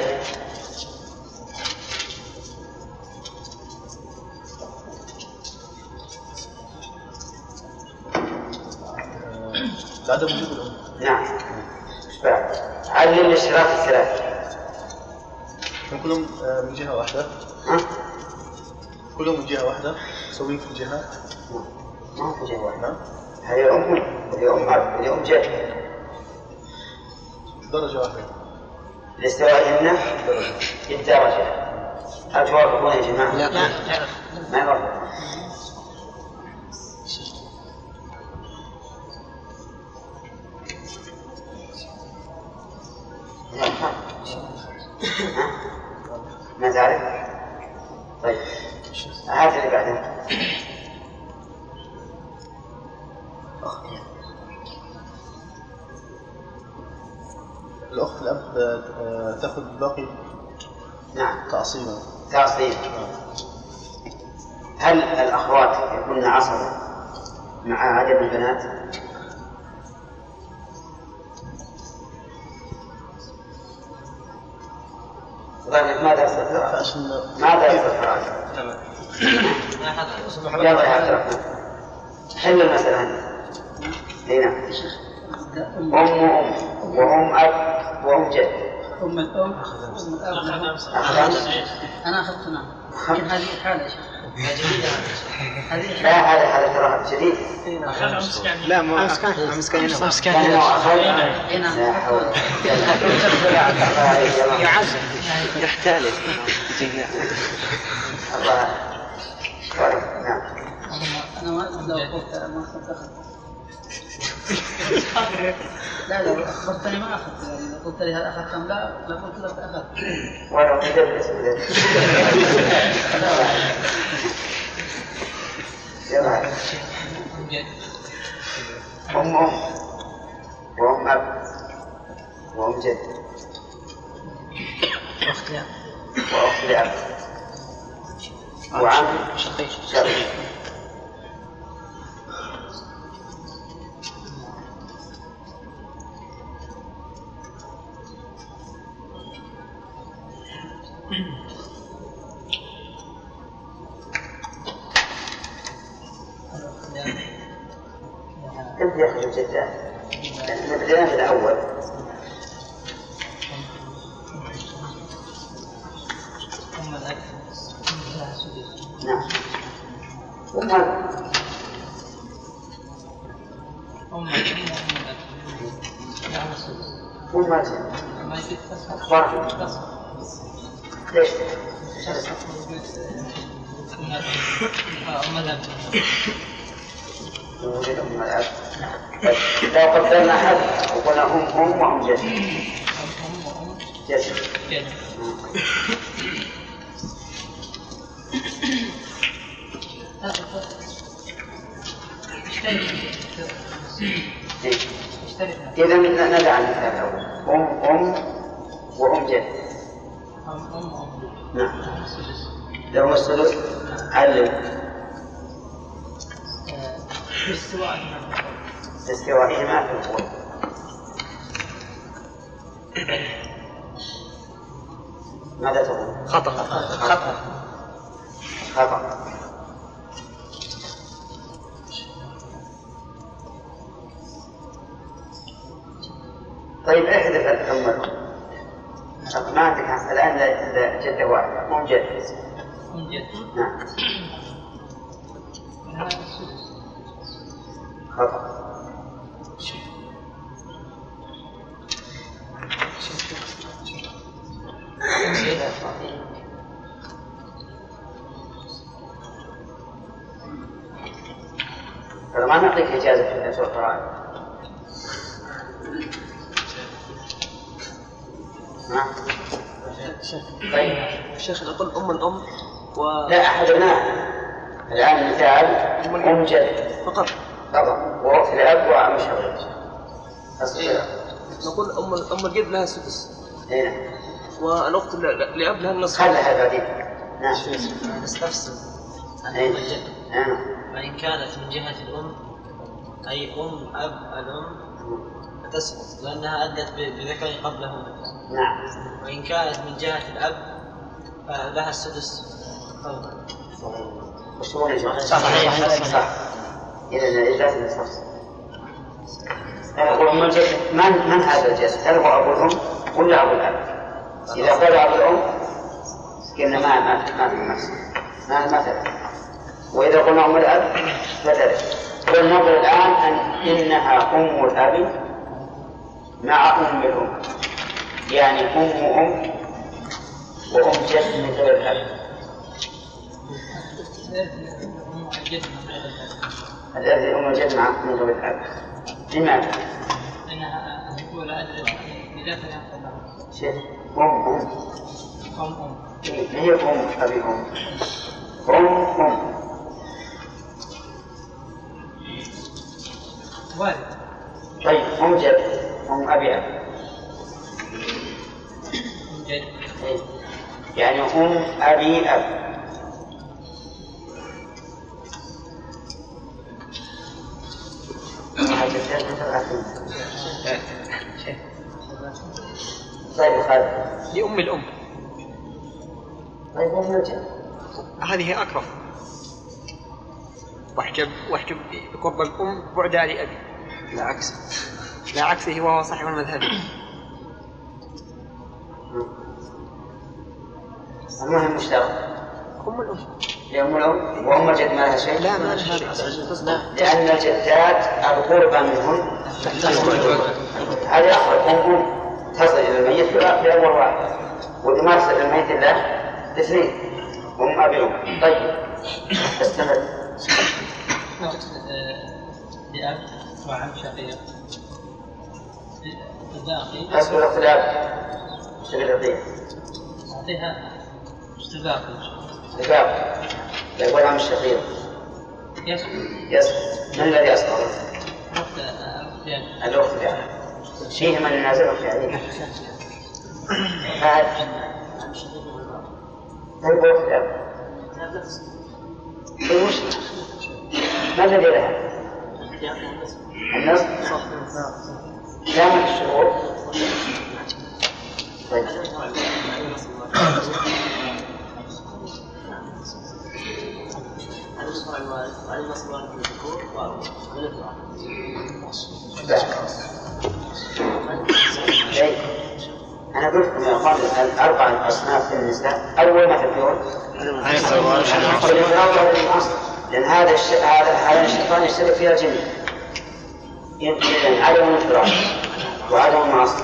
بعدم وجود الأم. نعم. عدل الاشتراك الثلاث. كلهم من جهة واحدة. كلهم من جهة واحدة مسوين في الجهات. ما في جهة واحدة. هذه أم وهي أم أب وهي أم جد. درجة واحدة. لاستوائهن بالدرجة. هل توافقون يا جماعة؟ لا. ما يوافقون. ما تعرف؟ طيب هات اللي بعده. الأخت الأب تأخذ الباقي. نعم. تعصيبا. هل الأخوات يكون عصبة مع عدد البنات؟ ظنك ما درس الفراغ. يلا يا عبد الرحمن حل المسألة هنا. أم وأم أب وأم جد. أم الأم أنا أخذت نعم. لكن هذه حالة يا شيخ. لا هذا ترى جديد. لا ما مسكين يعزم يحتاج الله. نعم. أنا ما قلت ما أخذت. لا لو أخبرتني ما أخذت يعني لو قلت لي هل أخذت أم لا قلت لك أخذت. ولو تدرس أم وأم أب وأم جد وأخت لأب وعم شقيق. كيف يخرج الجدات؟ لأن بدأنا في الأول. نعم. ليش؟ وجد أم الأب. لو قدرنا أحد وقلنا أم وأم جد. جد. إذا ندع المثال الأول أم وأم جد. نعم. لو السدس علم استوائهما في القوة. ماذا تقول؟ خطأ. طيب احذف الأم ما عندك الآن جدة واحدة أم جد. نعم. خطأ. ما نعطيك إجازة في سورة القرآن. طيب شيخ نقول أم الأم لا أحد أبناء. الآن مثال أم جد فقط وأخت الأب وعم شقيق. نقول أم الجد لها السدس. نعم. والأخت لأب لها النصف. خلها بعدين. نعم. نستفسر عن أم الجد. وإن كانت من جهة الأم أي أم أب الأم فتسقط لأنها أدت بذكر قبلهم. نعم. وإن كانت من جهة الأب فلها السدس فرضا. صح. إذا لازم نستفسر. أم الجد من هذا الجد؟ هل هو أبو الأم ولا أبو الأب؟ إذا قال أبو الأم قلنا ما في مثل. وإذا قلنا أم الأب فترث. ونقول الآن إنها أم الأب مع أم الأم، يعني أم وأم جد من غير الأب. الذي أم الجد مع من غير الأب. لماذا؟ لأنها لذات شيء أم هي أم أبي أم والد. طيب أم جد أم أبي أب. جد. يعني أم أبي أب. طيب خالد لأم الأم. طيب أم الجد هذه أقرب. واحجب بقرب الأم بعد لأبي. لا عكسه وهو صاحب المذهب. المهم مشترك. أم الأم. لأم الأم وأم الجد ما لها شيء؟ لا ما لها شيء. لأن الجدات القربى منهن هذه أخرى أم تصل إلى الميت في أول واحد، وما تصل إلى الميت إلا اثنين أم أبي أم. طيب استمر. لأب وعم شقيق. أسأل اختلاف شقيقية. أعطيها اشتباك. يقول عم الشقيق يسقط. من الذي يسقط؟ الأخت يعني شيء من ينازله في عليه. طيب أخت الأب ما الذي لها؟ النصف كامل الشروط. طيب أنا قلت لكم يا أخوان الأربع أصناف في النساء أول ما تبدون لأن هذا الشيطان يشترك فيها الجميع. عدم الانفراد وعدم المعصية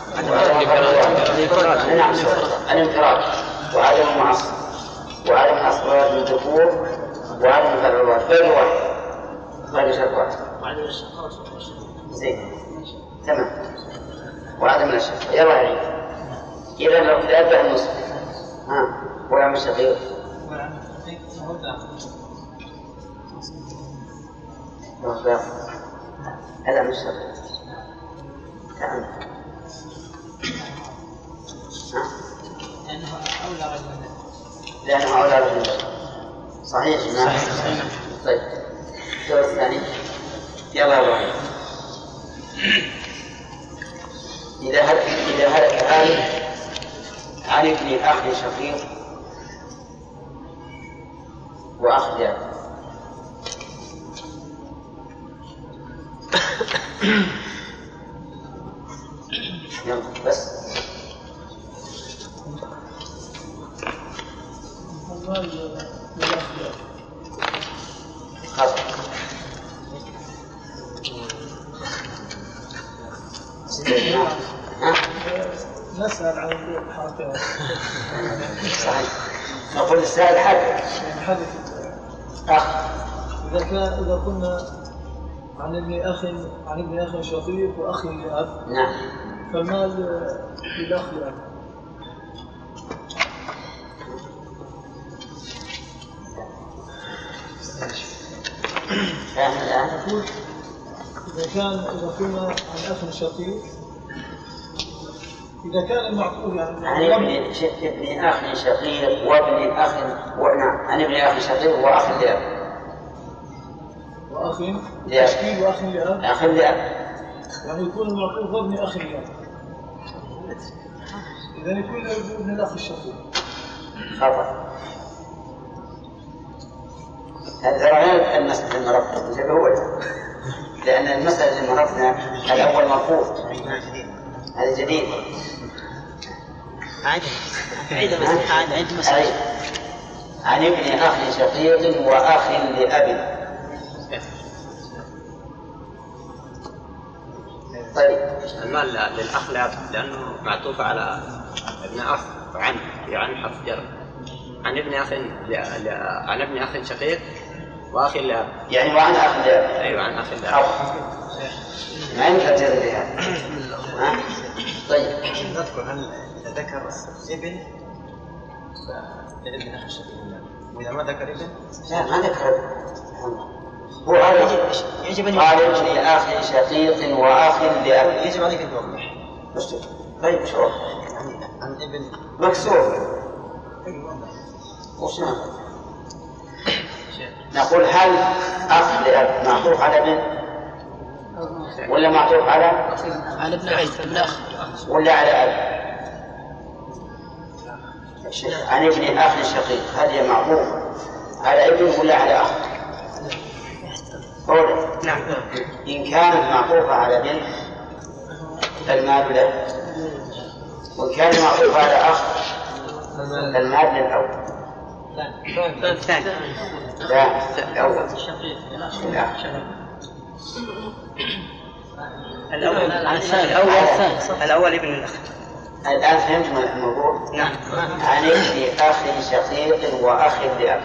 الانفراد وعدم المعصية وعدم الأصوات بالذكور وعدم الفرعوات غير واحد غير شرط واحد. زين تمام. وعدم الأشياء يلا يا عيد. إذا لو تأبع النصف وعم الشقيق هذا مش شرط. تعال لأنه أولى بالنسبة صحيح. نعم طيب الدور الثاني يلا يا إبراهيم. إذا هلك عن ابن أخ شقيق وأخ لأب يلا بس خلاص نسأل عن الحركات. صحيح. نقول السائل حدث. إذا كنا عن ابن أخ شقيق وأخ لأب. نعم. فالمال للأخ لأب. فاهم الآن؟ نقول إذا كنا عن أخ شقيق إذا كان المعقول يعني ابن أخ شقيق وابن أخ عن ابن أخ شقيق وأخ لأب وأخ تشكيل وأخ لأب أخ لأب يعني يكون المعقول وابن أخ لأب إذا يكون ابن الأخ الشقيق خطأ. هذا غير المسألة المرفوض انتبهوا لأن المسألة اللي مرفنا الأول مرفوض هذا جديد. عيد مسألة عن ابن أخ شقيق وأخ لأب. طيب المال للأخ لأب لأنه معطوف على ابن أخ وعن يعني حرف جر عن ابن أخ شقيق وأخ لأب يعني وعن أخ لأب. أيوة عن أخ لأب ما ينفع تجر بها. طيب نذكر هل ذكر ابن لابن أخ شقيق وإذا ما ذكر ابن لا ما ذكر هو قال ابن أخ شقيق وأخ لأب. يجب عليك أن توضح. طيب شو يعني عن ابن مكسور وش نقول هل أخ لأب معطوف على ابن ولا معطوف على ابن أخ ولا على أب؟ عن ابن أخ شقيق هل هي معطوف على ابن ولا على أخ؟ نعم. إن كانت معطوفة على ابن المال له وإن كانت معطوفة على أخ المال للأول. الثاني لا الأول الأول ابن الأخ. الآن فهمت الموضوع؟ نعم. عن ابن أخ شقيق وأخ لأب.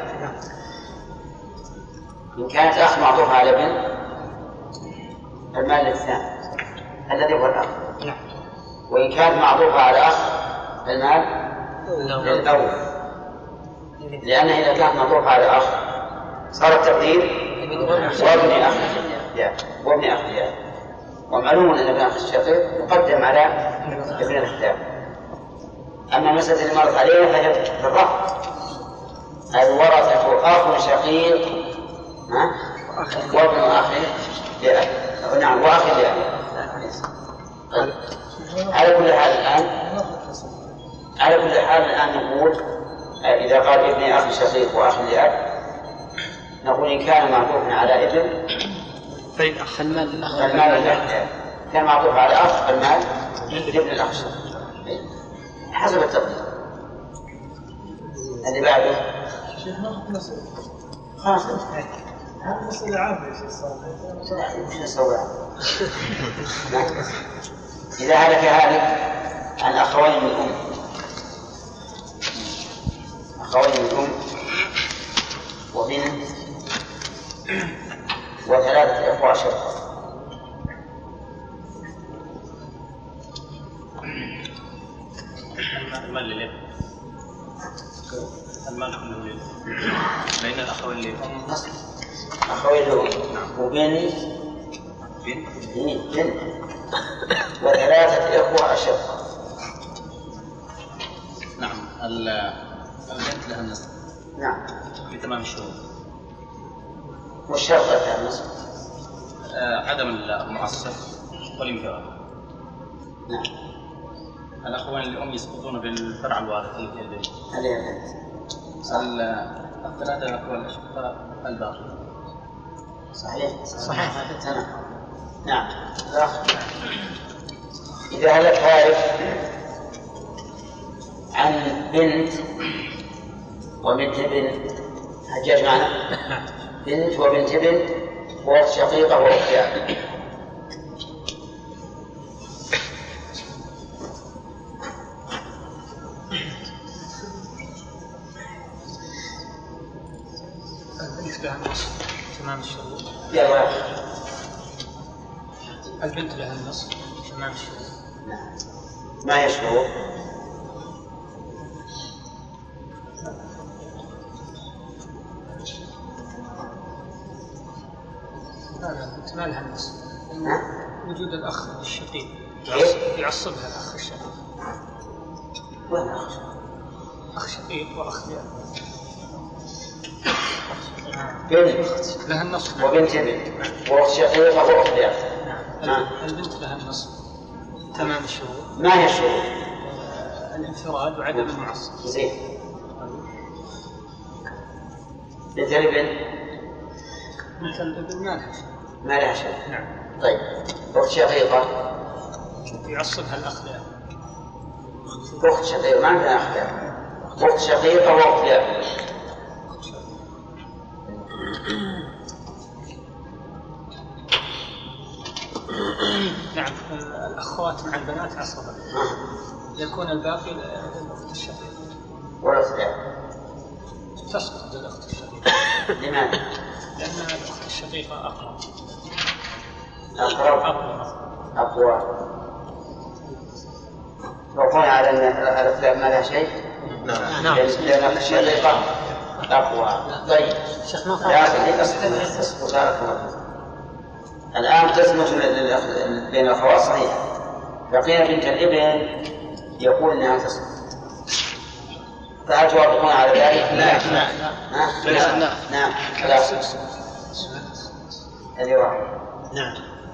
إن كانت أخ معطوفة على ابن المال للثاني الذي هو الأخ. وإن كانت معطوفة على أخ المال للأول لأنها إذا كانت معطوفة على أخ صار التقدير وابن أخ الشقيق وابن أخ الأب. ومعلوم أن ابن أخ الشقيق يقدم على ابن الأخ. أما المسألة اللي مرت عليها فهي في الرفع. الورثة أخ شقيق وابن أخ لأب. نعم وأخ لأب. على كل حال الآن نقول إذا قال ابن أخ شقيق وأخ لأب نقول إن كان معطوفا على ابن فالمال للأخ، كان معطوف على أخ فالمال لابن الأخ حسب التقدير. اللي بعده خلاص هذا مسألة عامة يا شيخ. إذا هلك هالك عن أخوين من الأم، أخوين من الأم وبنت وثلاثة إخوة شقة، المال للابن، المال كله للابن بين الأخوين للأم، أخوين للأم وبنت وثلاثة إخوة أشقة. نعم. البنت لها النصف. نعم. بتمام الشروط. والشرط لها النصف. عدم المعصب والانفراد. نعم. الأخوان الأم يسقطون بالفرع الوارث الذي البنت. الثلاثة أخوة الأشقاء الباقي. صحيح. نعم. إذا هلك هارف عن بنت وبنت ابن، حجاج معنا بنت وبنت ابن وأخت شقيقة وأخت أب. البنت لها النصف تمام الشروط. البنت لها النصف تمام الشروط. ما هي الشروط؟ البنت ما لها النصف. وجود الأخ الشقيق يعصبها الأخ الشقيق. وين أخ شقيق وأخ لأب. بنت لها النصف وبنت ابن وأخت شقيقة وأخت لأب. البنت لها النصف تمام الشروط. ما هي الشروط؟ الانفراد وعدم المعصب. زين. بنت الابن ما لها شيء. ما لها شيء. نعم. طيب أخت شقيقة يعصبها الأخ لأب. أخت شقيقة ما عندنا أخ لأب. أخت شقيقة وأخت لأب. نعم. الأخوات مع البنات عصبة، يكون الباقي للأخت الشقيقة. والأخت لأب تسقط للأخت الشقيقة. لماذا؟ لأن الأخت الشقيقة أقرب. أقوى. توقعون على الأخت لأب ما لها شيء؟ نعم. لأن الأخت الشقيقة أقوى. طيب لكن أسقط الآن قسمة بين الأخوات صحيح. بقينا بنت الابن يقول إنها تسقط، فهل توافقون على ذلك؟ نعم. هذه واحد. نعم.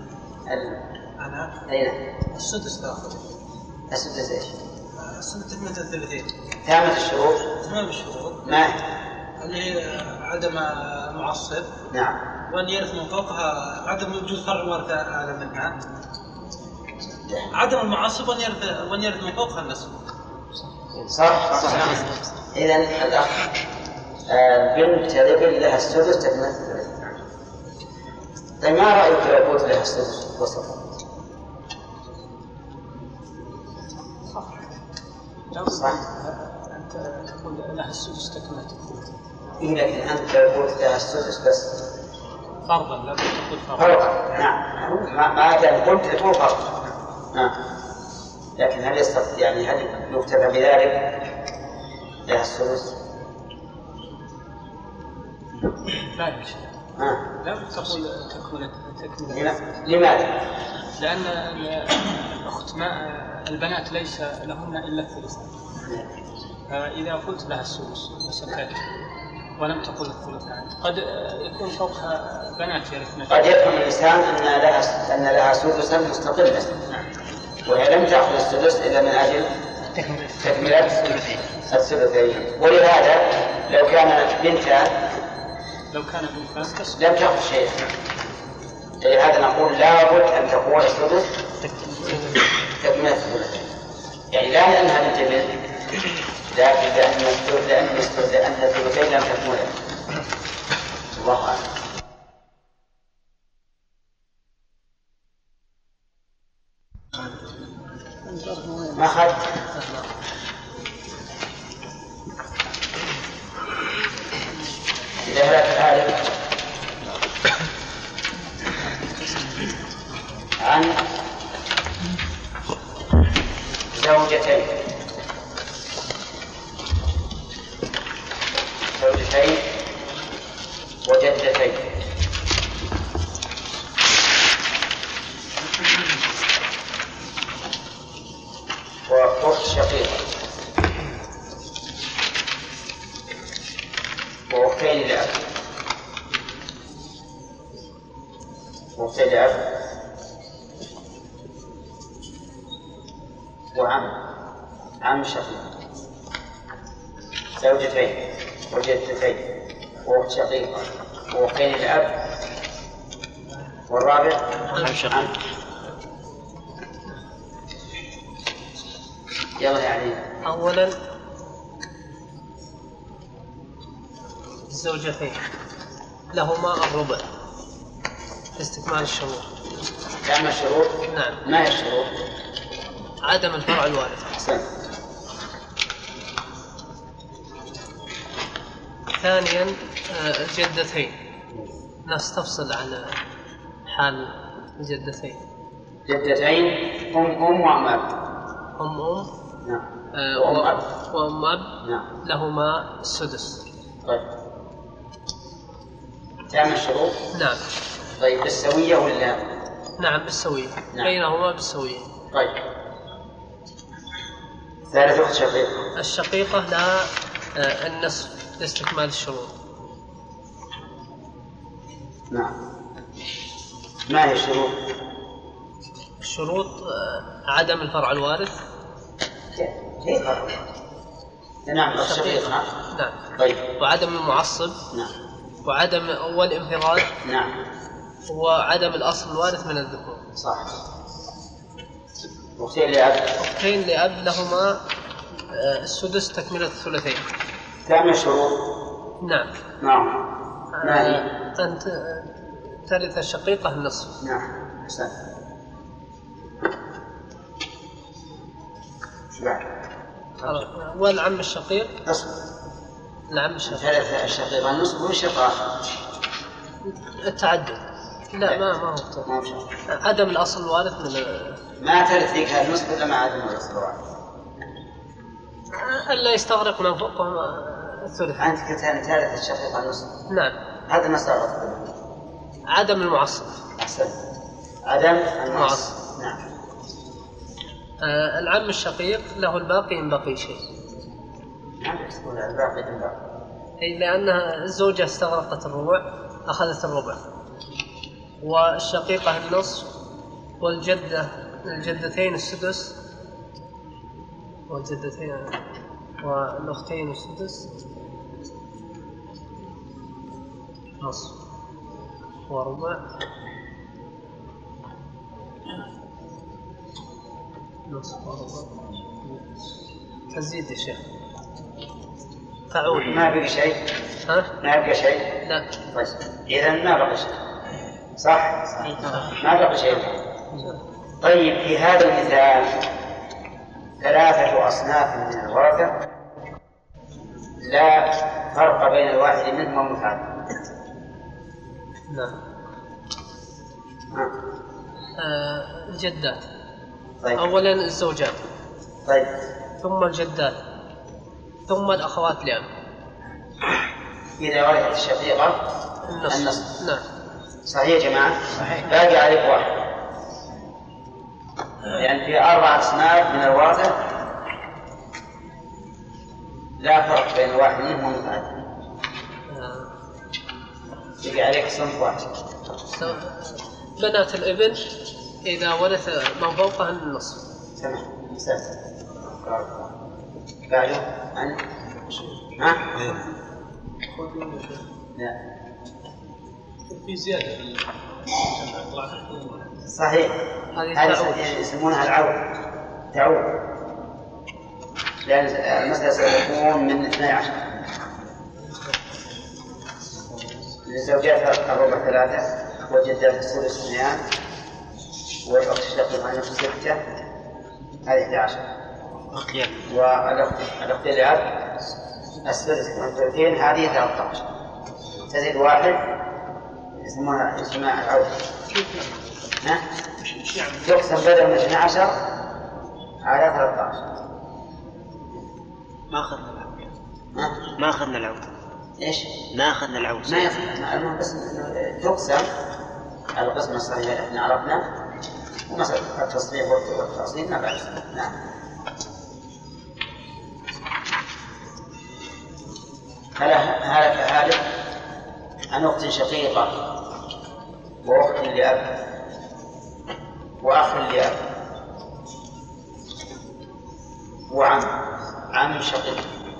أنا أين؟ السدس داخل. السدس إيش؟ السدس من الثلثين. تامة الشروط. تمام الشروط. ما اللي هي عدم معصب. نعم. وأن يرث من فوقها عدم وجود فرع ورثة أعلى منها. عدم المعصب وأن يرث من فوقها النصف. صح. إذن الأخ بنت الابن لها السدس تكمل الثلث. طيب ما رأيك لو قلت لها السدس وسط؟ صح. أنت تقول لها السدس تكمل الثلث. لكن أنت لو قلت لها السدس بس فرضا لا تقول فرضا. نعم. ما كان قلت تقول فرضا. نعم. لكن هل يعني هل يكتفى بذلك لها السدس؟ لا يا شيخ. لم تقول تكملة. لماذا؟ لأن الأخت البنات ليس لهن إلا الثلث، فإذا قلت لها السدس وسكت ولم تقل الثلثان قد يكون فوقها بنات يرثن. قد يفهم الإنسان أن لها سدسا مستقلا، وهي لم تأخذ السدس إلا من أجل تكملة الثلثين. ولهذا لو كان بنتها لم تأخذ شيئا، لهذا نقول لابد أن تكون السدس تكملة الثلثين، يعني لا لأنها بنت بنت، لكن لأن الثلثين لم تكملها. الله أعلم. ما أخذ إذا هلك الحالف عن زوجتين وجدتين وأخت شقيقة وأختين لأب وعم شقيق، زوجتين وجدتين وأخت شقيقة وأختين لأب، والرابع عم شقيق. يلا يعني أولا الزوجتين لهما الربع لاستكمال الشروط. كم الشروط؟ نعم. ما هي الشروط؟ عدم الفرع الوارث. ثانيا الجدتين، نستفصل عن حال الجدتين. جدتين أم وأب. نعم. وأم أب نعم. لهما السدس. طيب تام الشروط؟ نعم. طيب بالسوية ولا؟ نعم بالسوية. نعم. بينهما بالسوية. طيب ثالث أخت شقيقة. الشقيقة لها النصف لاستكمال الشروط. نعم. ما هي الشروط؟ الشروط عدم الفرع الوارث. كيف فرع؟ نعم الشقيقة. نعم. طيب. وعدم المعصب. نعم. وعدم أول انفراد. نعم. وعدم الأصل الوارث من الذكور. صح. أختين لأب لهما السدس تكملة الثلثين. كم الشروط؟ نعم. ما هي؟ أنت ترث الشقيقة النصف. نعم. والعم الشقيق العم الشقيق ثلاث الشقيقة النصف والشقاق التعدد. لا ما هو عدم الأصل الوارث من ما ترث ذيك النصف إلا مع عدم الأصل الوارث، ألا يستغرق من فوقهم الثلث. أنت كنت ترث الشقيقة النصف. نعم. هذا ما استغرق. عدم المعصب. أحسن. عدم المعصب. نعم. العم الشقيق له الباقي إن بقي شيء. نعم الباقي إن بقي. أي لأنها الزوجة استغرقت الربع أخذت الربع، والشقيقة النصف، الجدتين السدس، والأختين السدس نصف وربع نصف وربع. تزيد يا شيخ تعود. ما بقي شيء. ما بقي شيء. لا. طيب إذا ما بقي شيء. صح. ما بقي شيء. طيب في هذا المثال 3 أصناف من الورثة لا فرق بين الواحد منهم والمتعدد. نعم. الجدات. طيب. أولا الزوجات. طيب. ثم الجدات، ثم الأخوات لأم. إذا ورثت الشقيقة النصف. نعم. صحيح يا جماعة؟ صحيح. باقي عليك واحد، لأن في 4 أصناف من الورثة لا فرق بين واحد منهم ومتعدد. يجي عليك صنف واحد. بنات الابن إذا ورث من فوقه النصف. تمام. بعده عن ها؟ لا. في زيادة صحيح. هذه يسمونها العود. تعود. لأن المسألة ستكون من 12. للزوجات الربع 3 والجدات السدس 2 والأخت الشقيقة نفس 6 هذه 11. والأخت الأب السدس 32 هذه 13. تزيد واحد اسمها العود. يقسم بدل من 12 على 13. ما أخذنا العود. ما أخذنا العود. إيش؟ ما أخذنا العود. ما يخذنا بس تقسم على القسم الصحيح احنا عرفنا، ومسألة التصريح والتفصيل ما بعد. نعم. هلك عن أخت شقيقة وأخت لأب وأخ لأب وعم شقيق.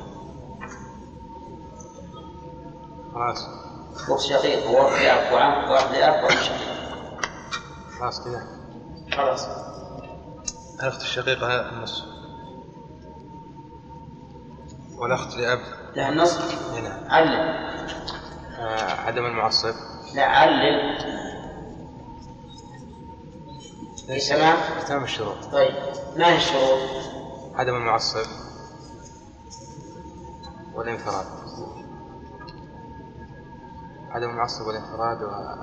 خلاص. أخت شقيق وأخت لأب وأخ لأب وعم شقيق. خلاص كذا. خلاص. الأخت الشقيقة النصف والأخت لأب لها النصف. هنا. علل. عدم المعصب. لا علل. ايش تمام؟ تمام الشروط. طيب ما هي الشروط؟ عدم المعصب والانفراد. عدم المعصب والانفراد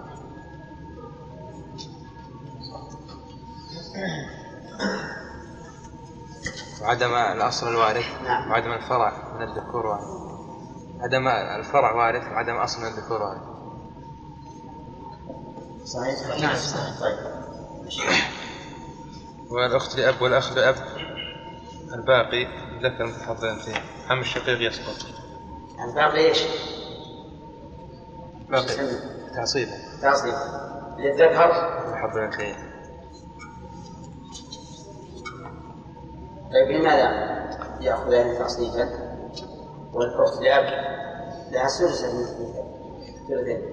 وعدم الأصل الوارث. نعم. وعدم الفرع من الذكور وارث. عدم الفرع وارث وعدم أصل من الذكور وارث. صحيح. نعم. طيب. والأخت لأب والأخ لأب الباقي ذكر مثل حظ الأنثيين. عم الشقيق يسقط. الباقي ايش؟ باقي تعصيبه. للذكر مثل حظ الأنثيين. طيب لماذا يأخذان تعصيبا والأخت لأب لها سدس الثلثين؟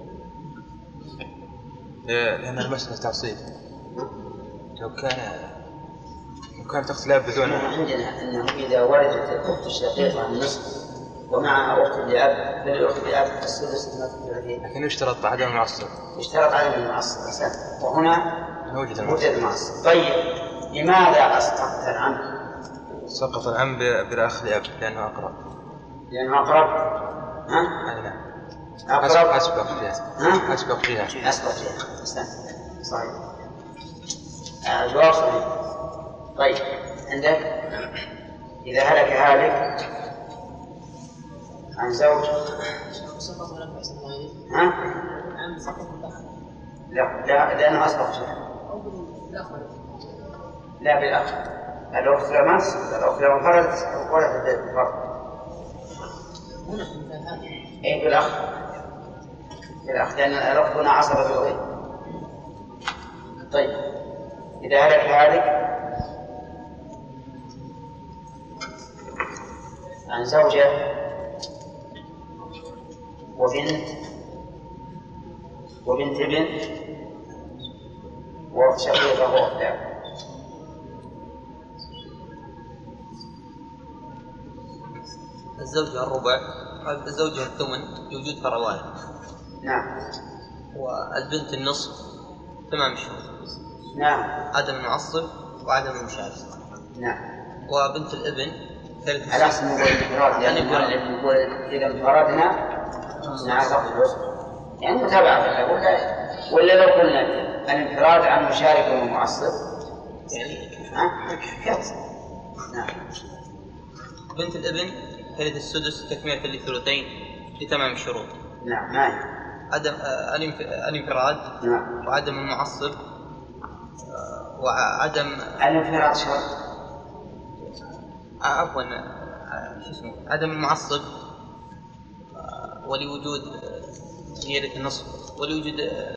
لأن المسألة تعصيب. لو كانت أخت لأب بدون عندنا أنه إذا ورثت الأخت الشقيقة النصف ومعها أخت لأب فللأخت لأب السدس الثلثين. لكن يشترط عدم المعصب. يشترط عدم المعصب. وهنا وجد المعصب. طيب لماذا أسقطت العم؟ سقط العم بالأخ لأب لأنه أقرب. ها؟ أي نعم. أقرب. أسبق فيها. صحيح. الجواب صحيح. طيب عندك إذا هلك هالك عن زوج سقط ولم يحسن غيره. ها؟ عن سقط الأخ. لا لأنه أسبق فيها. أو بالأخ. لا بالأخ. الأخت لما انفردت ولدت بالفرد. هنا في المثال هذا. إيه بالأخ لأن الأخت هنا عصبة بالغير. طيب إذا هلك هالك عن زوجة وبنت بنت وأخت شقيقة وأخت لأب. الزوجة الربع، الزوجة الثمن بوجود فرع واحد. نعم. والبنت النصف تمام الشروط. نعم. عدم المعصب وعدم المشارك. نعم. وبنت الابن ثالث. على أحسن نقول الانفراد، يعني نقول إذا انفردنا نعرف الوصف، يعني متابعة ولا لو قلنا الانفراد عن مشارك ومعصب يعني كيف؟ نعم. بنت الابن ثالث السدس تكملة للثلثين لتمام الشروط. نعم. عدم الانفراد وعدم المعصب وعدم الانفراد شرط. عفوا عدم المعصب ولوجود نية النصف ولوجود